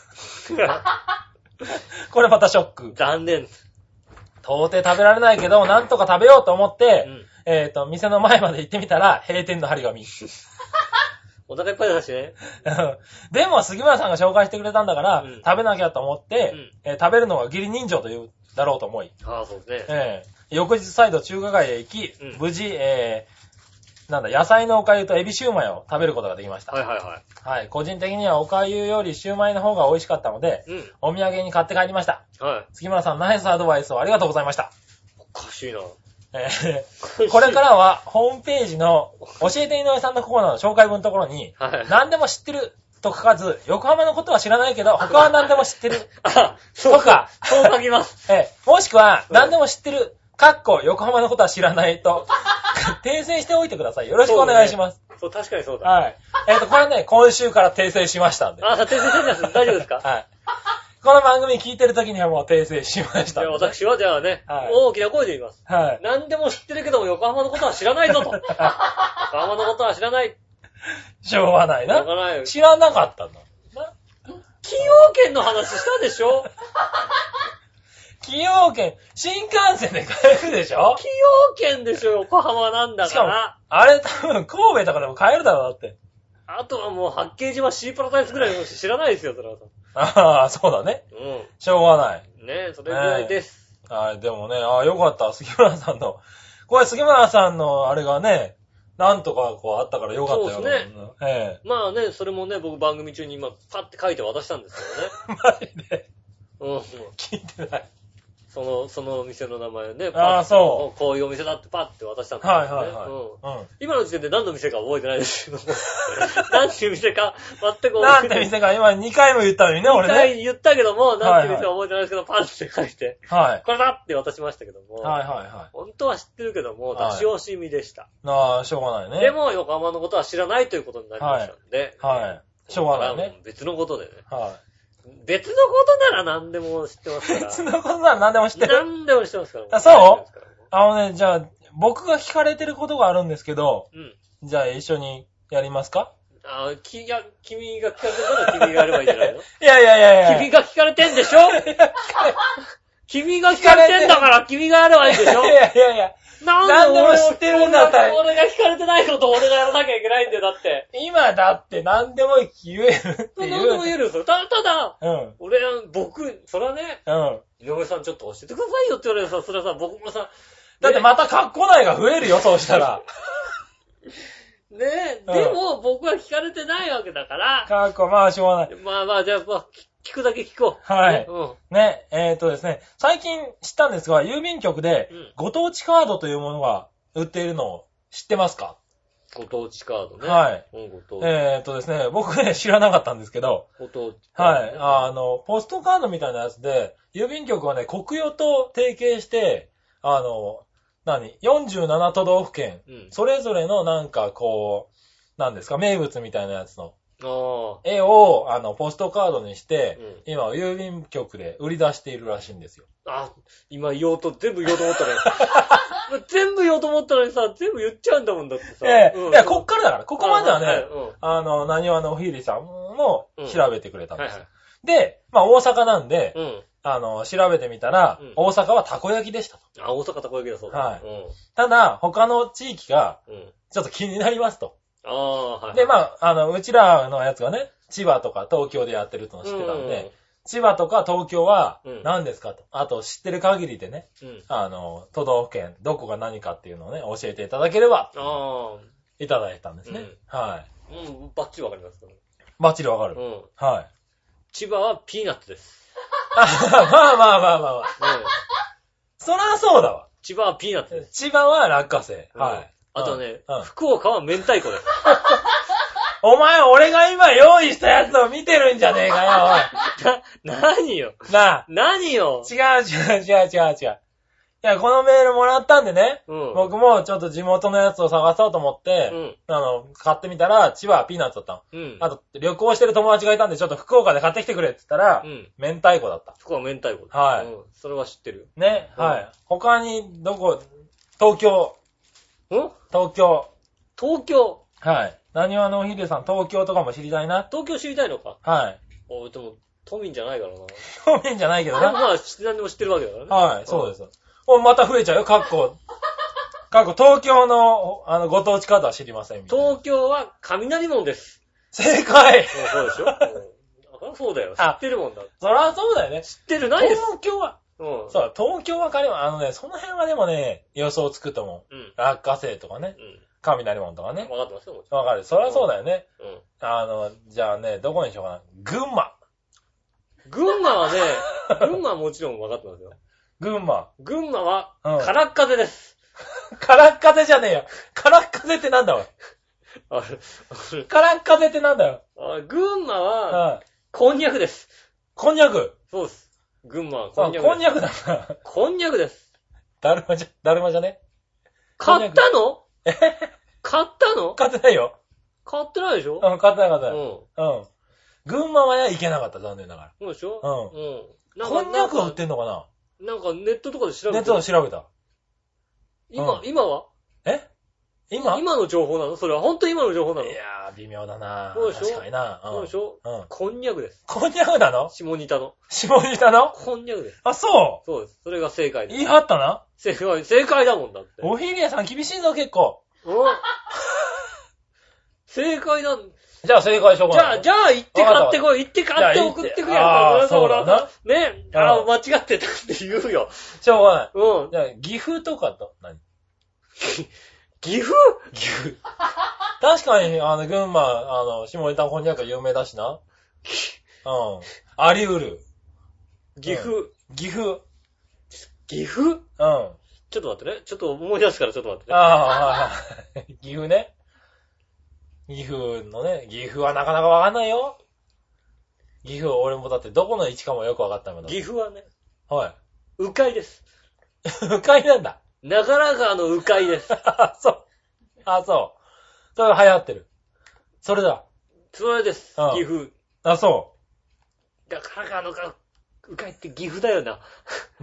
これまたショック。 残念。 到底食べられないけど、なんとか食べようと思って、店の前まで行ってみたら、閉店の張り紙。 お腹いっぱいだしね。 でも、杉村さんが紹介してくれたんだから、食べなきゃと思って、食べるのが義理人情というだろうと思い。 そうですね。 翌日再度中華街へ行き、無事、野菜のお粥とエビシューマイを食べることができました。はい。個人的にはお粥よりシューマイの方が美味しかったので、お土産に買って帰りました。杉村さん、ナイスアドバイスをありがとうございました。 おかしいな。 これからは、ホームページの、教えて井上さんのコーナーの紹介文のところに、何でも知ってると書かず、横浜のことは知らないけど、他は何でも知ってる。とか、 そう書きます。 もしくは、何でも知ってる、横浜のことは知らないと、訂正しておいてください。よろしくお願いします。 そう、確かにそうだ。 はい。これね、今週から訂正しましたんで。 訂正してます。大丈夫ですか？ はい。この番組聞いてる時にはもう訂正しました。 私はじゃあね、大きな声で言います。はい。何でも知ってるけども、横浜のことは知らないぞと。横浜のことは知らない。 しょうがないな。しょうがない。知らなかったんだ。 崎陽軒の話したでしょ？ 崎陽軒、新幹線で帰るでしょ？ 崎陽軒でしょ、横浜なんだから。しかも、 あれ多分神戸とかでも帰るだろうだって。 あとはもう八景島シーパラダイスぐらいの知らないですよ、それは。 そうだね。しょうがない。 ねそれぐらいです。 でもね、よかった。杉村さんの。これ杉村さんのあれがね、なんとかこうあったからよかったよ。 そうですね。まあね、それもね、僕番組中に今パッて書いて渡したんですけどね。 マジで聞いてない。 その店の名前をね、 そう。 こういうお店だってパッて渡したんだけどね。今の時点で何の店か覚えてないですけども。何ていう店か全く覚えてない。 何ていう店か今2回も言ったのにね、俺ね。2 回言ったけども、何ていう店か覚えてないですけど、パッて書いて。 はい。 これだって渡しましたけども。 はいはいはい。 本当は知ってるけども、出し惜しみでした。 しょうがないね。 でも、横浜のことは知らないということになりましたんで。 はい。しょうがないね。 別のことでね。 はい。 別のことなら何でも知ってますから。 別のことなら何でも知ってる。 何でも知ってますから。 そうじゃあ、僕が聞かれてることがあるんですけど、じゃあ一緒にやりますか？ 君が聞かれてるから君がやればいいんじゃないの？ いや。 君が聞かれてんでしょ？君が聞かれてんだから君がやればいいんでしょ？ いや。何でも知ってるんだったら。 俺が聞かれてないことを俺がやらなきゃいけないんだよ、だって。 今だって何でも言えるっていう。 何でも言えるんですよ。ただ、僕、それはね、井上さんちょっと教えてくださいよって言われるさ、それはさ、僕もさ、 だってまた格好内が増えるよ、そうしたら。 ねえ、でも僕は聞かれてないわけだから。 格好、まあしょうがない。 まあ、じゃあ、聞くだけ聞こう。 はい。ね、ですね、最近知ったんですが、郵便局で、ご当地カードというものが売っているのを知ってますか？ ご当地カードね。 はい。ですね、僕ね、知らなかったんですけど、 ご当地カード、ね。 はい。ポストカードみたいなやつで、郵便局はね、国与と提携して、47都道府県、それぞれのなんかこう、なんですか、名物みたいなやつの絵を、ポストカードにして、今、郵便局で売り出しているらしいんですよ。 今全部言おうと思ったね。全部言おうと思ったのにさ、全部言っちゃうんだもんだってさ。 いや、こっからだから。ここまではね、なにわのおひりさんも調べてくれたんですよ。で、まあ、大阪なんで、調べてみたら、大阪はたこ焼きでしたと。 大阪たこ焼きだそうだ。 はい。ただ、他の地域が、ちょっと気になりますと。で、まあ、うちらのやつがね、千葉とか東京でやってると知ってたんで、千葉とか東京は何ですかと。あと知ってる限りでね、都道府県、どこが何かっていうのをね、教えていただければ、いただいたんですね。はい。 バッチリわかりますか？ バッチリわかる。はい。 千葉はピーナッツです。 まあ。そらそうだわ。 千葉はピーナッツです。 千葉は落花生。はい。 あとね、福岡は明太子です。 お前、俺が今用意したやつを見てるんじゃねえかよ、おい。 何よ。何よ。 違う。いや、このメールもらったんでね、僕もちょっと地元のやつを探そうと思って、買ってみたら、千葉はピーナッツだったの。あと、旅行してる友達がいたんで、ちょっと福岡で買ってきてくれって言ったら、明太子だった。 福岡明太子。 はい。 それは知ってる。 ね、はい。他に、東京。東京。はい。なにわのおひでさん、東京とかも知りたいな。 東京知りたいのか。 はい。 でも、都民じゃないからな。 都民じゃないけどな。 まあ、何でも知ってるわけだからね。 はい、そうです。また増えちゃうよ、東京の、ご当地カードは知りません。 東京は雷門です。 正解。 そうでしょ？そうだよ。知ってるもんだ。 そらそうだよね。 知ってるないです。 東京は。そう、東京はその辺はでもね、予想つくと思う。落花生とかね。雷門とかね。 わかってますよ。 わかる。そりゃそうだよね。じゃあね、どこにしようかな。群馬はね、群馬はもちろんわかってますよ。 群馬は、からっ風です。 からっ風じゃねえよ。からっ風ってなんだおい。からっ風ってなんだよ。 群馬は、こんにゃくです。 こんにゃく？ そうです。群馬はこんにゃく。 こんにゃくだな。 こんにゃくです。 だるまじゃね？ 買ったの？買ったの？ 買ってないよ。 買ってないでしょ？ 買ってない。群馬は行けなかった、残念ながら。 そうでしょ？ こんにゃく売ってんのかな？ なんかネットとかで調べた。 ネットで調べた。 今は？今の情報なの？それは本当に今の情報なの？ いやー、微妙だな。 そうでしょ？ 確かにな。 そうでしょ？こんにゃくです。 こんにゃくなの？ 下仁田の。こんにゃくです。 あ、そう？ そうです。それが正解です。 言い張ったな？ 正解だもんだって。 おひりやさん厳しいぞ、結構。 正解だ。 じゃあ正解しようかな。 じゃあ行って買ってこい。行って買って送ってくれよ。 そうだな。 ね。間違ってたって言うよ。 しょうがない。じゃあ岐阜とかと何？ 岐阜確かに、群馬、下仁田こんにゃく有名だしな。あり得る。 岐阜。 岐阜？うん。ちょっと待ってね。ちょっと思い出すからちょっと待ってね。 岐阜ね。岐阜のね。岐阜はなかなかわかんないよ。岐阜、俺もだってどこの位置かもよくわかったもん。 岐阜はね。 はい。 鵜飼です。 鵜飼なんだ。 長良川の鵜飼です。 そう。そう。それが流行ってる。それだ。 それです。岐阜。 そう。 長良川の鵜飼って岐阜だよな。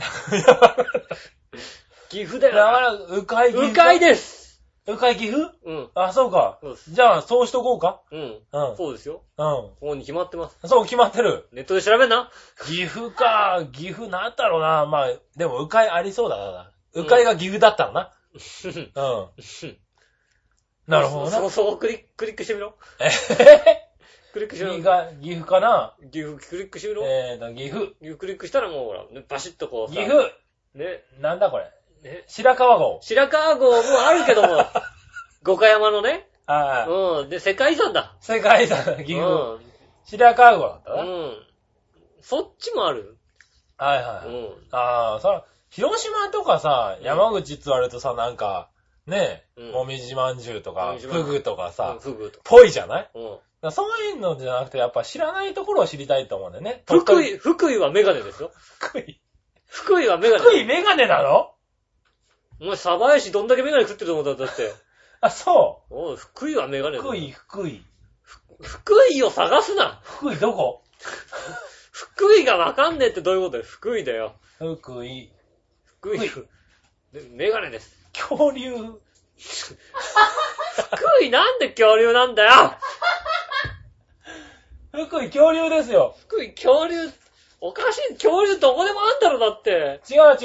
岐阜だよな。 鵜飼鵜飼です。 鵜飼岐阜？ うん。 そうか。そうです。じゃあ、そうしとこうか。 うん。そうですよ。ここに決まってます。 そう、決まってる。 ネットで調べんな。 岐阜か。岐阜なんだろうな。まあ、でも鵜飼ありそうだな。鵜飼が岐阜だったらな。なるほどな。 そう、クリックしてみろ。クリックしてみろ。 岐阜かな。 岐阜、クリックしてみろ。 岐阜。 岐阜クリックしたらもうほら、バシッとこうさ。岐阜。 ね。 なんだこれ。白川郷。 白川郷もあるけども、五箇山のね。で、世界遺産だ。 世界遺産だ、岐阜。白川郷だったな。 そっちもある。 そら、広島とかさ、山口って言われるとさ、なんか、ねもみじまんじゅうとか、フグとかさ、ぽいじゃないそういうのじゃなくて、やっぱ知らないところを知りたいと思うんだよね。 福井はメガネですよ。福井はメガネ。 福井メガネなの？ お前、鯖江市どんだけメガネ食ってると思ったんだって。 そう。 福井はメガネだ。 福井。 福井を探すな。 福井どこ？ 福井がわかんねえってどういうことだよ。福井だよ。 福井。 メガネです。 恐竜。 福井なんで恐竜なんだよ。 福井恐竜ですよ。 福井恐竜、おかしい。恐竜どこでもあんだろだって。 違う。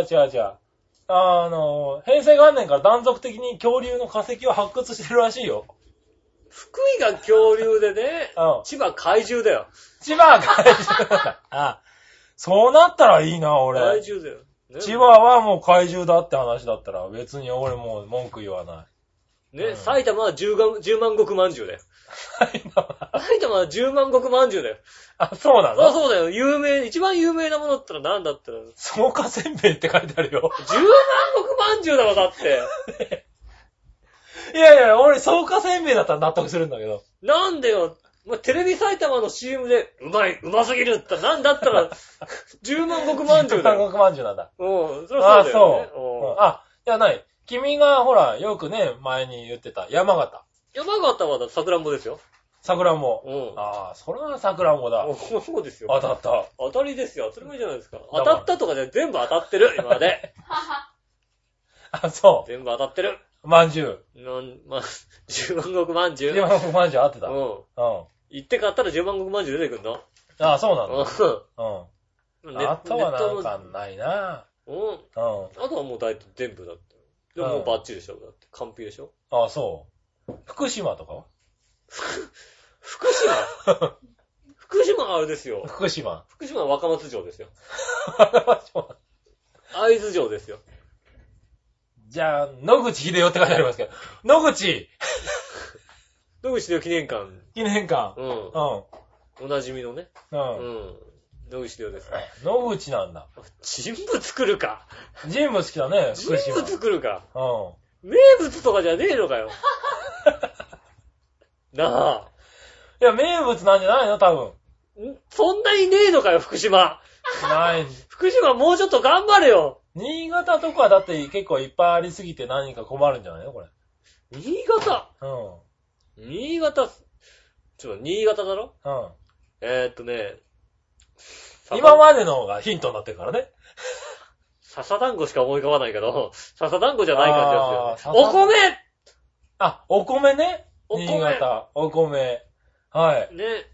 平成元年から断続的に恐竜の化石を発掘してるらしいよ。 福井が恐竜でね、千葉怪獣だよ。 千葉は怪獣だ。そうなったらいいな、俺。 怪獣だよ。 千葉はもう怪獣だって話だったら別に俺もう文句言わない。 ね、埼玉は10万石まんじゅうだよ。埼玉は10万石まんじゅうだよ。 そうなの？ そうだよ。一番有名なものだったら何だったら。 草加せんべいって書いてあるよ。 10万石まんじゅうだわ、だって。 いや、俺草加せんべいだったら納得するんだけど。 なんでよ。テレビ埼玉の CM で、うますぎるってなんだったら、10万石まんじゅうだよ。 10万石まんじゅうなんだ。 そりゃそうだよね。 じゃない。君がほら、よくね、前に言ってた山形。 山形はさくらんぼですよ。 さくらんぼ。それはさくらんぼだ。 そうですよ。 当たった。 当たりですよ。当たり前じゃないですか。当たったとかじゃ全部当たってる、今まで。 そう。 全部当たってる。 まんじゅう。 10万石まんじゅう。 10万石まんじゅう合ってた。 行って買ったら10万石まんじゅう出てくんの？ そうなんだ。あとはなんかないな。 あとはもう大体全部だって。でももうバッチリでしょ。だって完璧でしょ。 そう。福島とかは？ 福島はあれですよ。 福島は若松城ですよ。会津城ですよ。 じゃあ、野口秀夫って書いてありますけど。野口秀夫記念館。おなじみのね。野口秀夫です。 野口なんだ。 人物来るか。 人物来たね、 福島。人物来るか。名物とかじゃねえのかよ。なあ。 いや、名物なんじゃないの多分。 そんなにねえのかよ、福島。 ない。 福島もうちょっと頑張れよ。 新潟とかだって結構いっぱいありすぎて何か困るんじゃないのこれ。 新潟。新潟。新潟だろ？ 今までのがヒントになってるからね。 笹団子しか思い浮かばないけど、笹団子じゃない感じですよ。お米！ お米ね。新潟。お米。はい。 ね。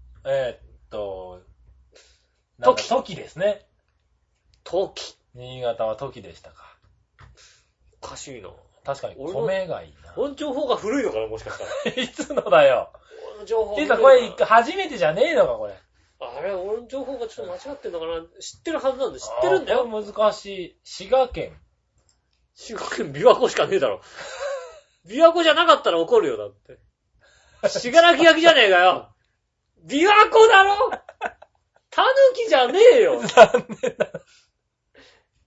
時ですね。 時。 新潟は時でしたか。 おかしいな。 確かに米がいいな。 俺の情報が古いのかな、もしかしたら。いつのだよ。 俺の情報が。これ初めてじゃねえのか、これ。 俺の情報がちょっと間違ってんのかな。知ってるはずなんで、知ってるんだよ。 難しい。滋賀県、 琵琶湖しかねえだろ。琵琶湖じゃなかったら怒るよ、だって。しがらき焼きじゃねえかよ。琵琶湖だろ！タヌキじゃねえよ。 残念だ。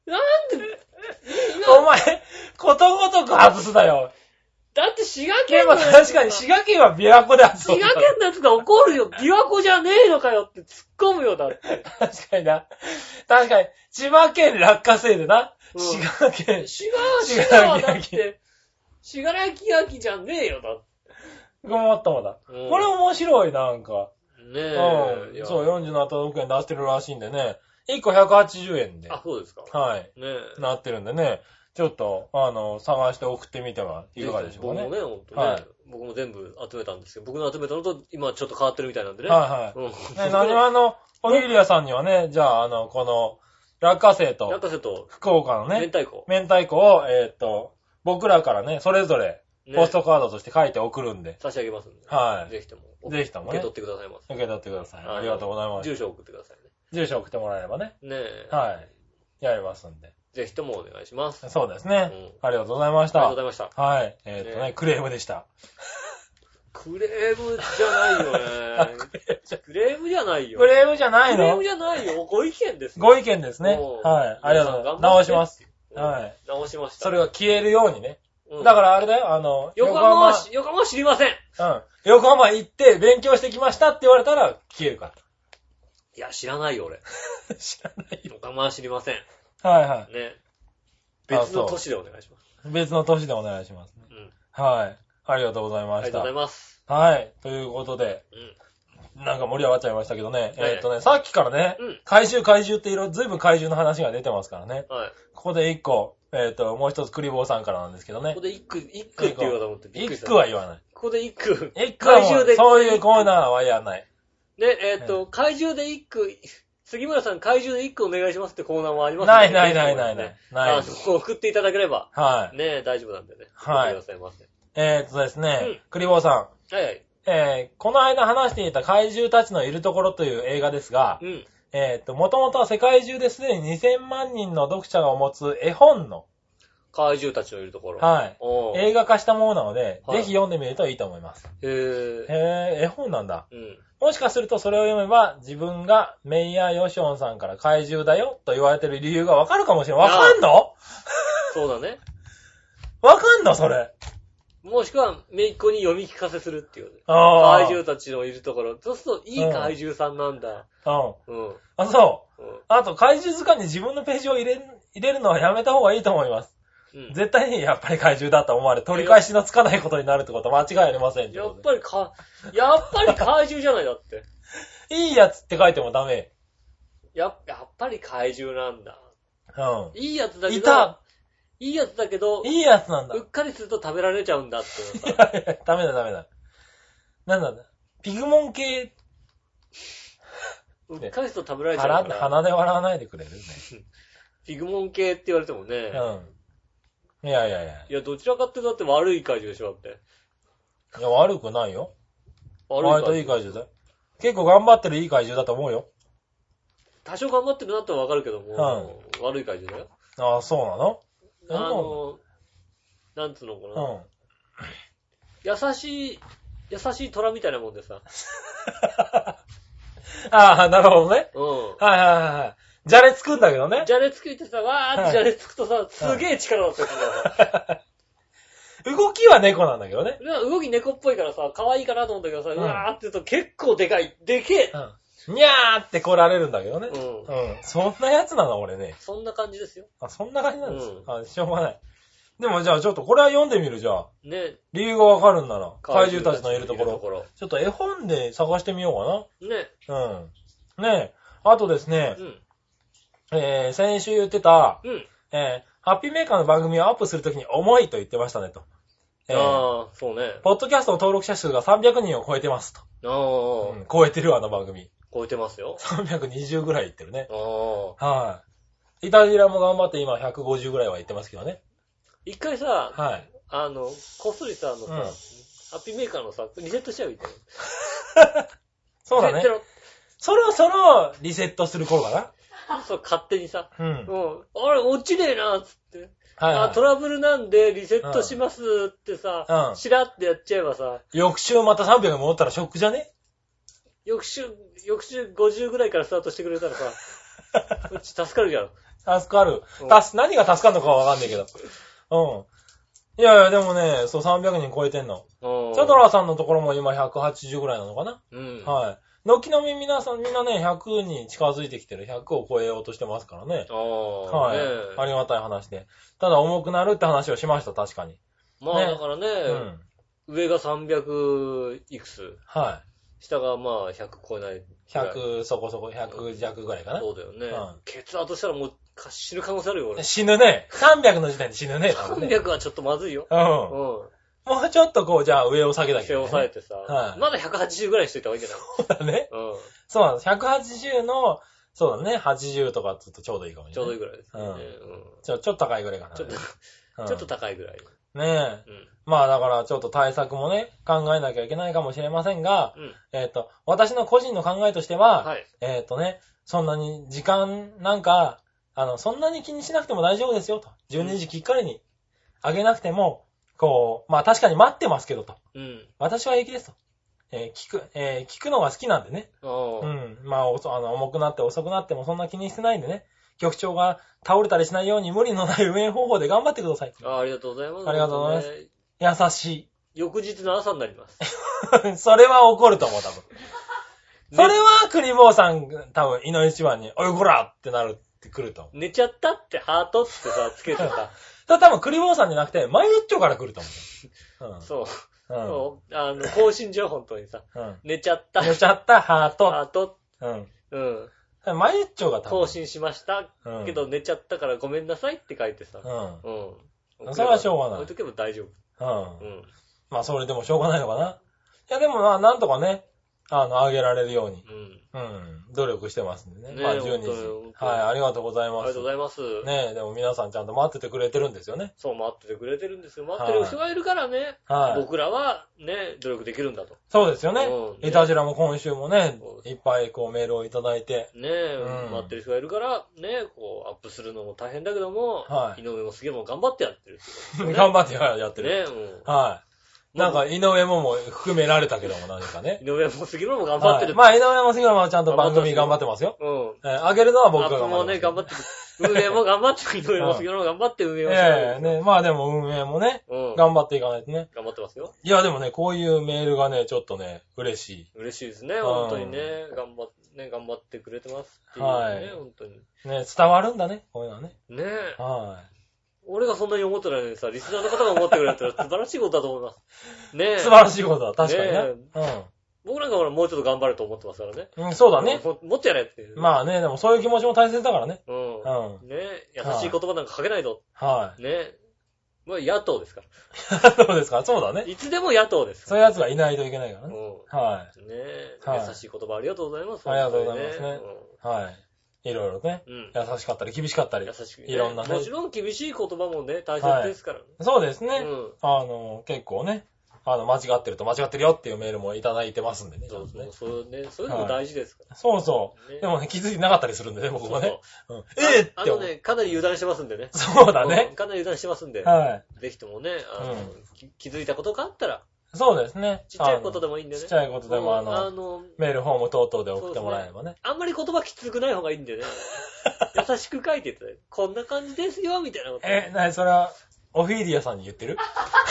なんで、 お前、ことごとく外すなよ。 だって滋賀県のやつ。確かに滋賀県は琵琶湖で外す。 滋賀県のやつが怒るよ。琵琶湖じゃねえのかよって突っ込むよ、だって。 確かにな。確かに、千葉県落花生でな。滋賀県。 滋賀はだって、滋賀焼きじゃねえよ、だって。 ごもっともだ。これ面白い、なんか。 ねえ。 そう、47都道府県出してるらしいんでね。1個180円で。 あ、そうですか。 はい。ねえ。なってるんでね。ちょっと、探して送ってみてはいかがでしょうかね。 僕もね、ほんとね。はい。僕も全部集めたんですけど、僕の集めたのと今ちょっと変わってるみたいなんでね。はいはい。ね、何はおにぎり屋さんにはね、じゃあ、この、落花生と、福岡のね、明太子を、僕らからね、それぞれ、ポストカードとして書いて送るんで。 差し上げますんで。 はい。 ぜひとも。 ぜひともね。 受け取ってくださいます。 受け取ってください。ありがとうございます。 住所送ってくださいね。 住所送ってもらえればね。 ねえ。 はい。やりますんで。 ぜひともお願いします。 そうですね。ありがとうございました。 ありがとうございました。 はい。クレームでした。 クレームじゃないよね。クレームじゃないよ。 クレームじゃないの？ クレームじゃないよ。ご意見です。 ご意見ですね。はい。ありがとうございます。直します。はい。 直しました。 それが消えるようにね。だからあれだよ、 横浜は知りません。 横浜行って勉強してきましたって言われたら消えるから。 いや、知らないよ、俺。 知らないよ。 横浜は知りません。 はいはい。 ね。別の都市でお願いします。 別の都市でお願いしますね。はい。ありがとうございました。 ありがとうございます。 はい。ということで、なんか盛り上がっちゃいましたけどね。さっきからね、怪獣ってずいぶん怪獣の話が出てますからね。はい。ここで一個、もう一つクリボーさんからなんですけどね。 ここで一句って言うかと思ってびっくりした。 一句は言わない。 ここで一句。 怪獣で。そういうコーナーはやらない。 ね、怪獣で一句、杉村さん怪獣で一句お願いしますってコーナーもありますね。ない。 送っていただければ。 はい。 ね、大丈夫なんでね。はい。送ってくださいませ。 ですね、クリボーさん。 はいはい。 この間話していた怪獣たちのいるところという映画ですが、もともとは世界中ですでに2000万人の読者が持つ絵本の怪獣たちのいるところ。 はい。映画化したものなので、ぜひ読んでみるといいと思います。絵本なんだ。もしかするとそれを読めば、自分がメイヤーヨシオンさんから怪獣だよと言われてる理由がわかるかもしれない。わかんの？ そうだね。 わかんのそれ。 もしくは、めいっ子に読み聞かせするっていう。怪獣たちのいるところ。そうすると、いい怪獣さんなんだ。 あ、そう。あと、怪獣図鑑に自分のページを入れるのはやめた方がいいと思います。絶対にやっぱり怪獣だと思われ、取り返しのつかないことになるってことは間違いありません。 やっぱり怪獣じゃないだって。 いいやつって書いてもダメ。 やっぱり怪獣なんだ。いいやつだけど。いいやつだけど、 いいやつなんだ。 うっかりすると食べられちゃうんだってさ。ダメだ。なんだ。ピグモン系。 うっかりすると食べられちゃうんだ。 鼻で笑わないでくれるね。 ピグモン系って言われてもね。 いや。 いや、どちらかってだって悪い怪獣でしょ、だって。 いや、悪くないよ。割といい怪獣だよ。結構頑張ってるいい怪獣だと思うよ。 多少頑張ってるなってわかるけども、悪い怪獣だよ。 ああ、そうなの？ なんつうのかな。優しい虎みたいなもんでさ。 ああ、なるほどね。はい。じゃれつくんだけどね。 じゃれつくってさ、わーってじゃれつくとさ、すげえ力だったよ、 動きは猫なんだけどね。 動き猫っぽいからさ、可愛いかなと思ったけどさ、うわーって言うと結構でかい。でけえ。 にゃーって来られるんだけどね。そんなやつなの俺ね。 そんな感じですよ。 あ、そんな感じなんですしょうがない。でもじゃあちょっとこれは読んでみるじゃあ。 ね。 理由がわかるんなら。怪獣たちのいるところ。ちょっと絵本で探してみようかな。ね。ね。あとですね。先週言ってた、ハッピーメーカーの番組をアップするときに重いと言ってましたねと。 そうね。 ポッドキャストの登録者数が300人を超えてますと。超えてる番組。 超えてますよ。 320ぐらいいってるね。はい。イタジラも頑張って今150ぐらいは言ってますけどね。 一回さ、こっそりさ、ハッピーメーカーのさ、リセットしちゃうみたいな。 そうだね。そろそろリセットする頃かな。 そう、勝手にさ。あれ、落ちねえな、つって。トラブルなんでリセットしますってさ、しらってやっちゃえばさ。 翌週また300戻ったらショックじゃね？ 翌週50ぐらいからスタートしてくれたらさ、うち助かるじゃん。 助かる。何が助かるのかわかんないけど。うん。いやいや、でもね、そう300人超えてんの。チャドラーさんのところも今180ぐらいなのかな。うん。はい。軒並み皆さんみんなね、100に近づいてきてる。100を超えようとしてますからね。はい。ありがたい話で。ただ重くなるって話をしました、確かに。 まあ、だからね、上が300いくつ。はい。下がまあ100超えない。 100そこそこ、100弱ぐらいかな。 そうだよね。血圧したらもう死ぬ可能性あるよ、俺。 死ぬね。300の時点で死ぬね。 300はちょっとまずいよ。 うん。もうちょっとこう、じゃあ上を下げなきゃいけない。 上を下げてさ。まだ180ぐらいにしといた方がいいんじゃない？ そうだね。そうなんです。180の、そうだね。80とかちょっとちょうどいいかもしれない。 ちょうどいいぐらいですね。 ちょっと高いぐらいかな。 ちょっと高いぐらい。 ねえ。まあだからちょっと対策もね、考えなきゃいけないかもしれませんが、私の個人の考えとしては、そんなに時間なんか、そんなに気にしなくても大丈夫ですよと。12時きっかりにあげなくても、こう、まあ確かに待ってますけどと。私は平気ですと。聞くのが好きなんでね。まあ、重くなって遅くなってもそんな気にしてないんでね。局長が倒れたりしないように無理のない運営方法で頑張ってください。 ありがとうございます。 ありがとうございます。優しい。 翌日の朝になります。 それは怒ると思う、多分。それは、クリボーさん、多分、井の一番に、おいこらってなるってくると思う。 寝ちゃったってハートってさ、つけてさ。 多分、クリボーさんじゃなくて、マユッチョから来ると思う。 そう。更新情報のとおりさ、寝ちゃった。 寝ちゃった、ハート。 ハート。 マユッチョが多分。 更新しました。けど寝ちゃったからごめんなさいって書いてさ。 それはしょうがない。 置いとけば大丈夫。 まあ、それでもしょうがないのかな。いや、でもまあ、なんとかね、あげられるように。努力してますんでね。まあ、12時。はい、ありがとうございます。 ありがとうございます。 ねえ、でも皆さんちゃんと待っててくれてるんですよね。 そう、待っててくれてるんですよ。待ってる人がいるからね。僕らはね、努力できるんだと。 そうですよね。いたじらも今週もね、いっぱいこうメールをいただいて。 ねえ、待ってる人がいるから、ね、こう、アップするのも大変だけども、井上も杉も頑張ってやってる。 頑張ってやってる。ね、はい。なんか、井上も含められたけども、何かね。 井上も杉村も頑張ってる。 まあ、井上も杉村もちゃんと番組頑張ってますよ。あげるのは僕が頑張ってます。 ね、頑張ってる。運営も頑張ってる。井上も杉村も頑張って運営をしてる。 ね、まあでも運営もね、頑張っていかないとね。 頑張ってますよ。 いや、でもね、こういうメールがね、ちょっとね、嬉しい。 嬉しいですね、本当にね。頑張ってくれてますっていうね、本当に。 ね、伝わるんだね、こういうのはね。 ねえ。はい。俺がそんなに思ってないのにさ、リスナーの方が思ってくれたら素晴らしいことだと思います。ねえ。 素晴らしいことだ、確かにね。 僕なんかほらもうちょっと頑張ると思ってますからね。 そうだね。 もっとやれっていう。 まあね、でもそういう気持ちも大切だからね。 ねえ、優しい言葉なんかかけないと。 はい。 ねえ。まあ野党ですから。野党ですか？そうだね。 いつでも野党です。 そういう奴がいないといけないからね。はい。 ねえ。優しい言葉ありがとうございます。 ありがとうございますね。はい。いろいろね、優しかったり厳しかったり、いろんなね。 もちろん厳しい言葉もね、大切ですからね。 そうですね。結構ね、間違ってると間違ってるよっていうメールもいただいてますんでね。 そういうの大事ですから。 そうそう。でもね、気づいてなかったりするんでね、僕もね。 って。かなり油断してますんでね。 そうだね。 かなり油断してますんで。 はい。 ぜひともね、気づいたことがあったら。 そうですね。 ちっちゃいことでもいいんでね。 ちっちゃいことでもメールフォーム等々で送ってもらえればね。 あんまり言葉きつくない方がいいんでね。優しく書いてて、こんな感じですよ、みたいなこと。 それは、オフィリアさんに言ってる？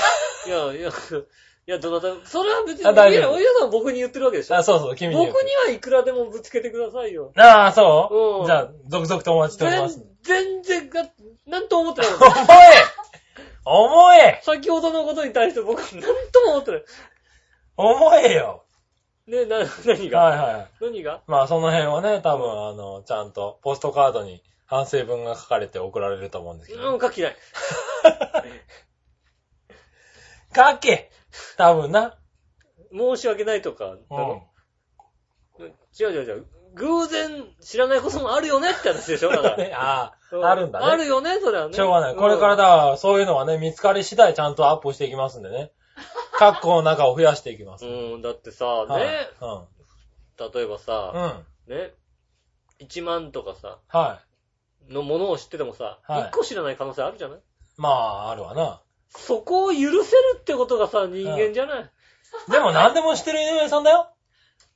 いや、どなた、それは別に、オフィリアさん僕に言ってるわけでしょ。 そう、君に。 僕にはいくらでもぶつけてくださいよ。 そう？じゃあ、続々とお待ちしております。 全然なんと思ってない。 重え！ 先ほどのことに対して僕はなんとも思ってない。 重えよ！ ね、何が？ はい。 何が？ まあ、その辺はね、多分、ちゃんと、ポストカードに反省文が書かれて送られると思うんですけど。 書きない。 書け！多分な。 申し訳ないとか。違う。偶然知らないこともあるよねって話でしょだから。 あるんだね。 あるよね、それはね。 しょうがない。これからそういうのはね、見つかり次第ちゃんとアップしていきますんでね。カッコの中を増やしていきます。 だってさ、ね。例えばさ、ね。1万とかさ、のものを知っててもさ、1個知らない可能性あるじゃない？ まあ、あるわな。 そこを許せるってことがさ、人間じゃない。 でも何でも知ってる井上さんだよ。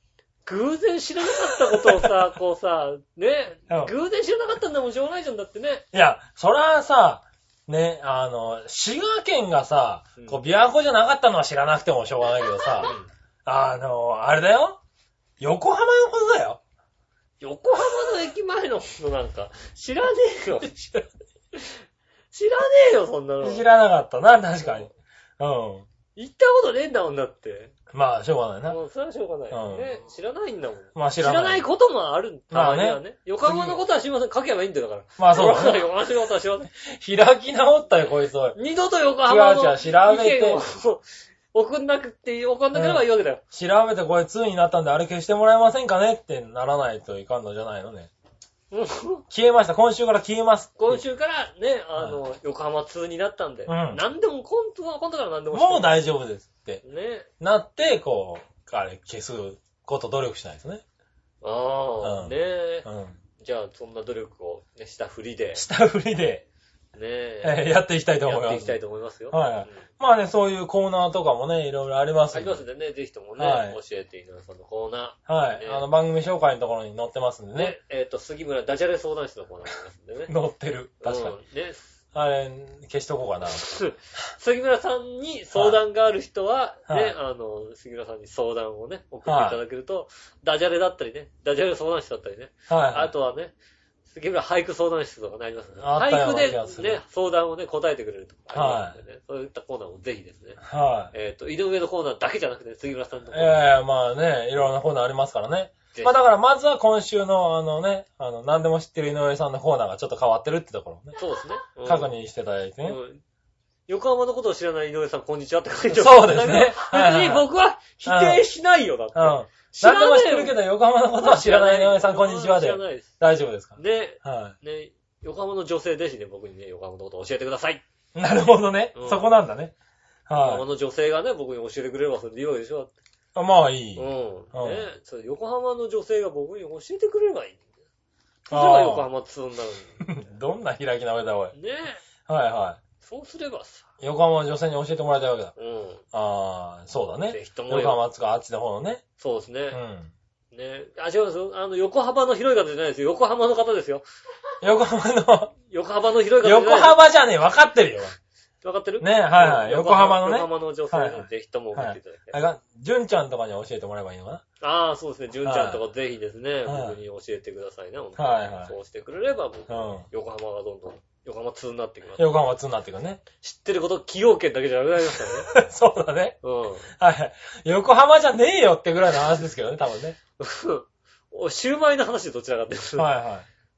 偶然知らなかったことをさ、こうさ、ね、偶然知らなかったんだもんしょうがないじゃんだってね。 いや、そらさ、ね、滋賀県がさ、こう、琵琶湖じゃなかったのは知らなくてもしょうがないけどさ、あれだよ。横浜のことだよ。 横浜の駅前のことなんか、知らねえよ。知らねえよ、そんなの。 知らなかったな、確かに。 行ったことねえんだもんだって。 まあ、しょうがないな。 それはしょうがない。ね、知らないんだもん。 まあ知らないこともある。まあね。横浜のことは知りません。書けばいいんだよ、だから。 まあそうだね。 横浜のことは知らない。 開き直ったよ、こいつは。 二度と横浜の意見を送んなければいいわけだよ。 調べてこれ2になったんであれ消してもらえませんかねってならないといかんのじゃないのね。消えました。今週から消えます。 今週からね、横浜2になったんで。何でも、今度から何でももう大丈夫ですって。ね。なって、こう、消すこと努力しないですね。 ねえ。じゃあ、そんな努力をね、したふりで。ねえ。 やっていきたいと思います。 やっていきたいと思いますよ。 はい。まあね、そういうコーナーとかもね、いろいろありますんで。ありますんでね、ぜひともね、教えて井上さんのコーナー。はい。番組紹介のところに載ってますんでね。 杉村ダジャレ相談室のコーナーがありますんでね。 載ってる。確かに。ね。あれ、消しとこうかな。 杉村さんに相談がある人は、ね、杉村さんに相談をね、送っていただけると、ダジャレだったりね、ダジャレ相談室だったりね。あとはね、杉村俳句相談室とかね、ありますね。俳句でね、相談をね、答えてくれるとかありますんでね。そういったコーナーもぜひですね。井上のコーナーだけじゃなくて、杉村さんのコーナー。 まあね、いろんなコーナーありますからね。まあだからまずは今週の何でも知ってる井上さんのコーナーがちょっと変わってるってところをね。 そうですね。 確認していただいてね。 横浜のことを知らない井上さん、こんにちはって書いてある。 そうですね。 別に僕は否定しないよ、だって。 何でも知ってるけど、横浜のことは知らない井上さん、こんにちはで。知らないです。大丈夫ですか？ ね。ね。横浜の女性でしね、僕にね、横浜のことを教えてください。 なるほどね。そこなんだね。 横浜の女性がね、僕に教えてくれればそれでいいわけでしょ。 まあいい。 ね。横浜の女性が僕に教えてくれればいい。それが横浜2になる。 どんな開き直りだ、おい。 ね。 はい。 そうすればさ。 横浜の女性に教えてもらいたいわけだ。そうだね。 ぜひとも。 横浜つかあっちの方のね。 そうですね。ね。違うんですよ。横浜の広い方じゃないですよ。横浜の方ですよ。 横浜の広い方じゃない。横浜じゃねえ、分かってるよ。 分かってる？ ね、はい。横浜のね。 横浜の女性ね、ぜひとも送っていただきたい。 純ちゃんとかに教えてもらえばいいのかな？そうですね。純ちゃんとかぜひですね、僕に教えてくださいね。そうしてくれれば僕、横浜がどんどん、横浜2になってきます。 横浜2になってくるね。 知ってること、崎陽軒だけじゃなくなりますからね。 そうだね。はい。横浜じゃねえよってぐらいの話ですけどね、多分ね。 シューマイの話でどちらかって。 はい。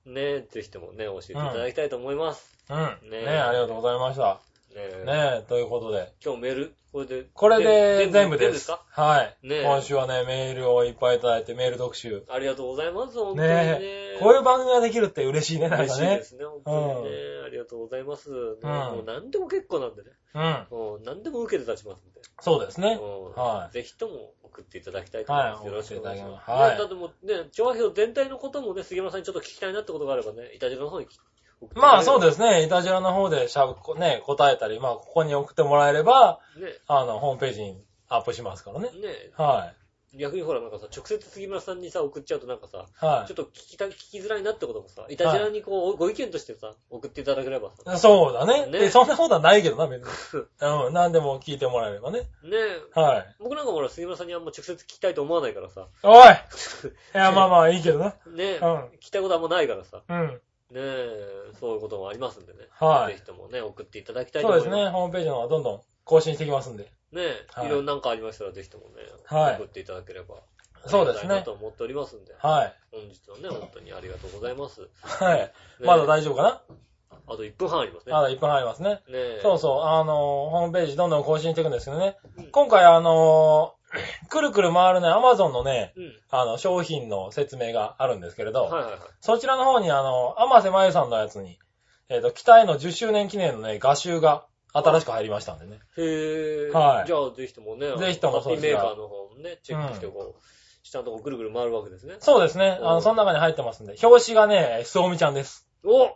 ね、ぜひともね、教えていただきたいと思います。 ね、ありがとうございました。ねということで。 今日メール、 これで全部です。 か？ はい。今週はね、メールをいっぱいいただいて、メール特集。 ありがとうございます、本当にね。 こういう番組ができるって嬉しいね、なんかね。 嬉しいですね、本当にね。ありがとうございます。もう何でも結構なんでね。何でも受けて立ちますんで。 そうですね。 ぜひとも送っていただきたいと思います。よろしくお願いします。 はい。 だってもうね、調和表全体のこともね、杉山さんにちょっと聞きたいなってことがあればね、イタジラの方にまあそうですね。イタジラの方で答えたり、まあここに送ってもらえれば、ホームページにアップしますからね。はい。 逆にほらなんかさ、直接杉村さんにさ、送っちゃうとなんかさ、ちょっと聞きづらいなってこともさ、イタジラにこう、ご意見としてさ、送っていただければさ。 そうだね。そんなことはないけどな、別に。何でも聞いてもらえればね。はい。 僕なんかほら、杉村さんにあんま直接聞きたいと思わないからさ。 おいいや、まあいいけどな。 聞きたいことはあんまないからさ。そういうこともありますんでね。ぜひともね、送っていただきたいと思います。 そうですね。ホームページの方がどんどん更新してきますんで。 いろんななんかありましたら、ぜひともね、送っていただければ。 そうですね。 と思っておりますんで。 はい。 本日はね、本当にありがとうございます。 はい。まだ大丈夫かな？ あと1分半ありますね。 まだ1分半ありますね。そうそう。ホームページどんどん更新していくんですけどね。今回くるくる回るね、アマゾンのね、商品の説明があるんですけれど、そちらの方に天瀬まゆさんのやつに、北への10周年記念のね、画集が新しく入りましたんでね。 はい。じゃあ、ぜひともね、 ぜひともそうですね。メーカーの方もね、チェックしてこう、下のとこぐるぐる回るわけですね。 そうですね。その中に入ってますんで、表紙がね、すおみちゃんです。 はい。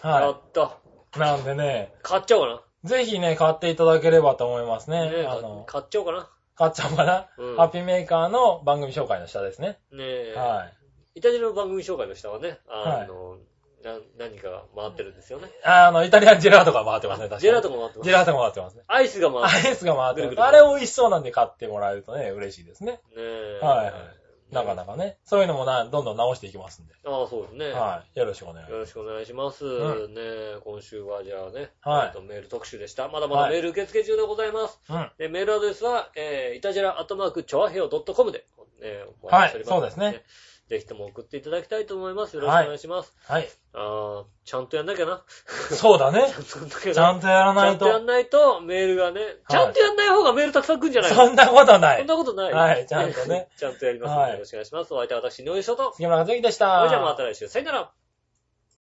やった。 なんでね、 買っちゃおうかな。 ぜひね、買っていただければと思いますね。 買っちゃおうかな。 買っちゃおうかな。ハッピーメーカーの番組紹介の下ですね。 ねえ。 はい。 イタジラの番組紹介の下はね、何かが回ってるんですよね。 イタリアンジェラートが回ってますね、確かに。 ジェラートが回ってます。 ジェラートが回ってますね。 アイスが回ってます。 アイスが回ってます。あれ美味しそうなんで買ってもらえるとね、嬉しいですね。 ねえ。 はい。なかなかね。そういうのもどんどん直していきますんで。 ああ、そうですね。 はい。よろしくお願いします。 よろしくお願いします。ねえ、今週はじゃあね、 はい。 メール特集でした。まだまだメール受付中でございます。メールアドレスは、いたじら@choaheo.com で、 はい、そうですね。 ぜひとも送っていただきたいと思います。よろしくお願いします。 はい。 ちゃんとやんなきゃな。 そうだね。ちゃんとやらないと。 ちゃんとやんないと、メールがね、ちゃんとやんない方がメールたくさん来るんじゃないそんなことない。 そんなことない。 はい、ちゃんとね。 ちゃんとやりますので、よろしくお願いします。お相手は私、井上翔と。 杉村和之でした。 それじゃあまた来週。さよなら。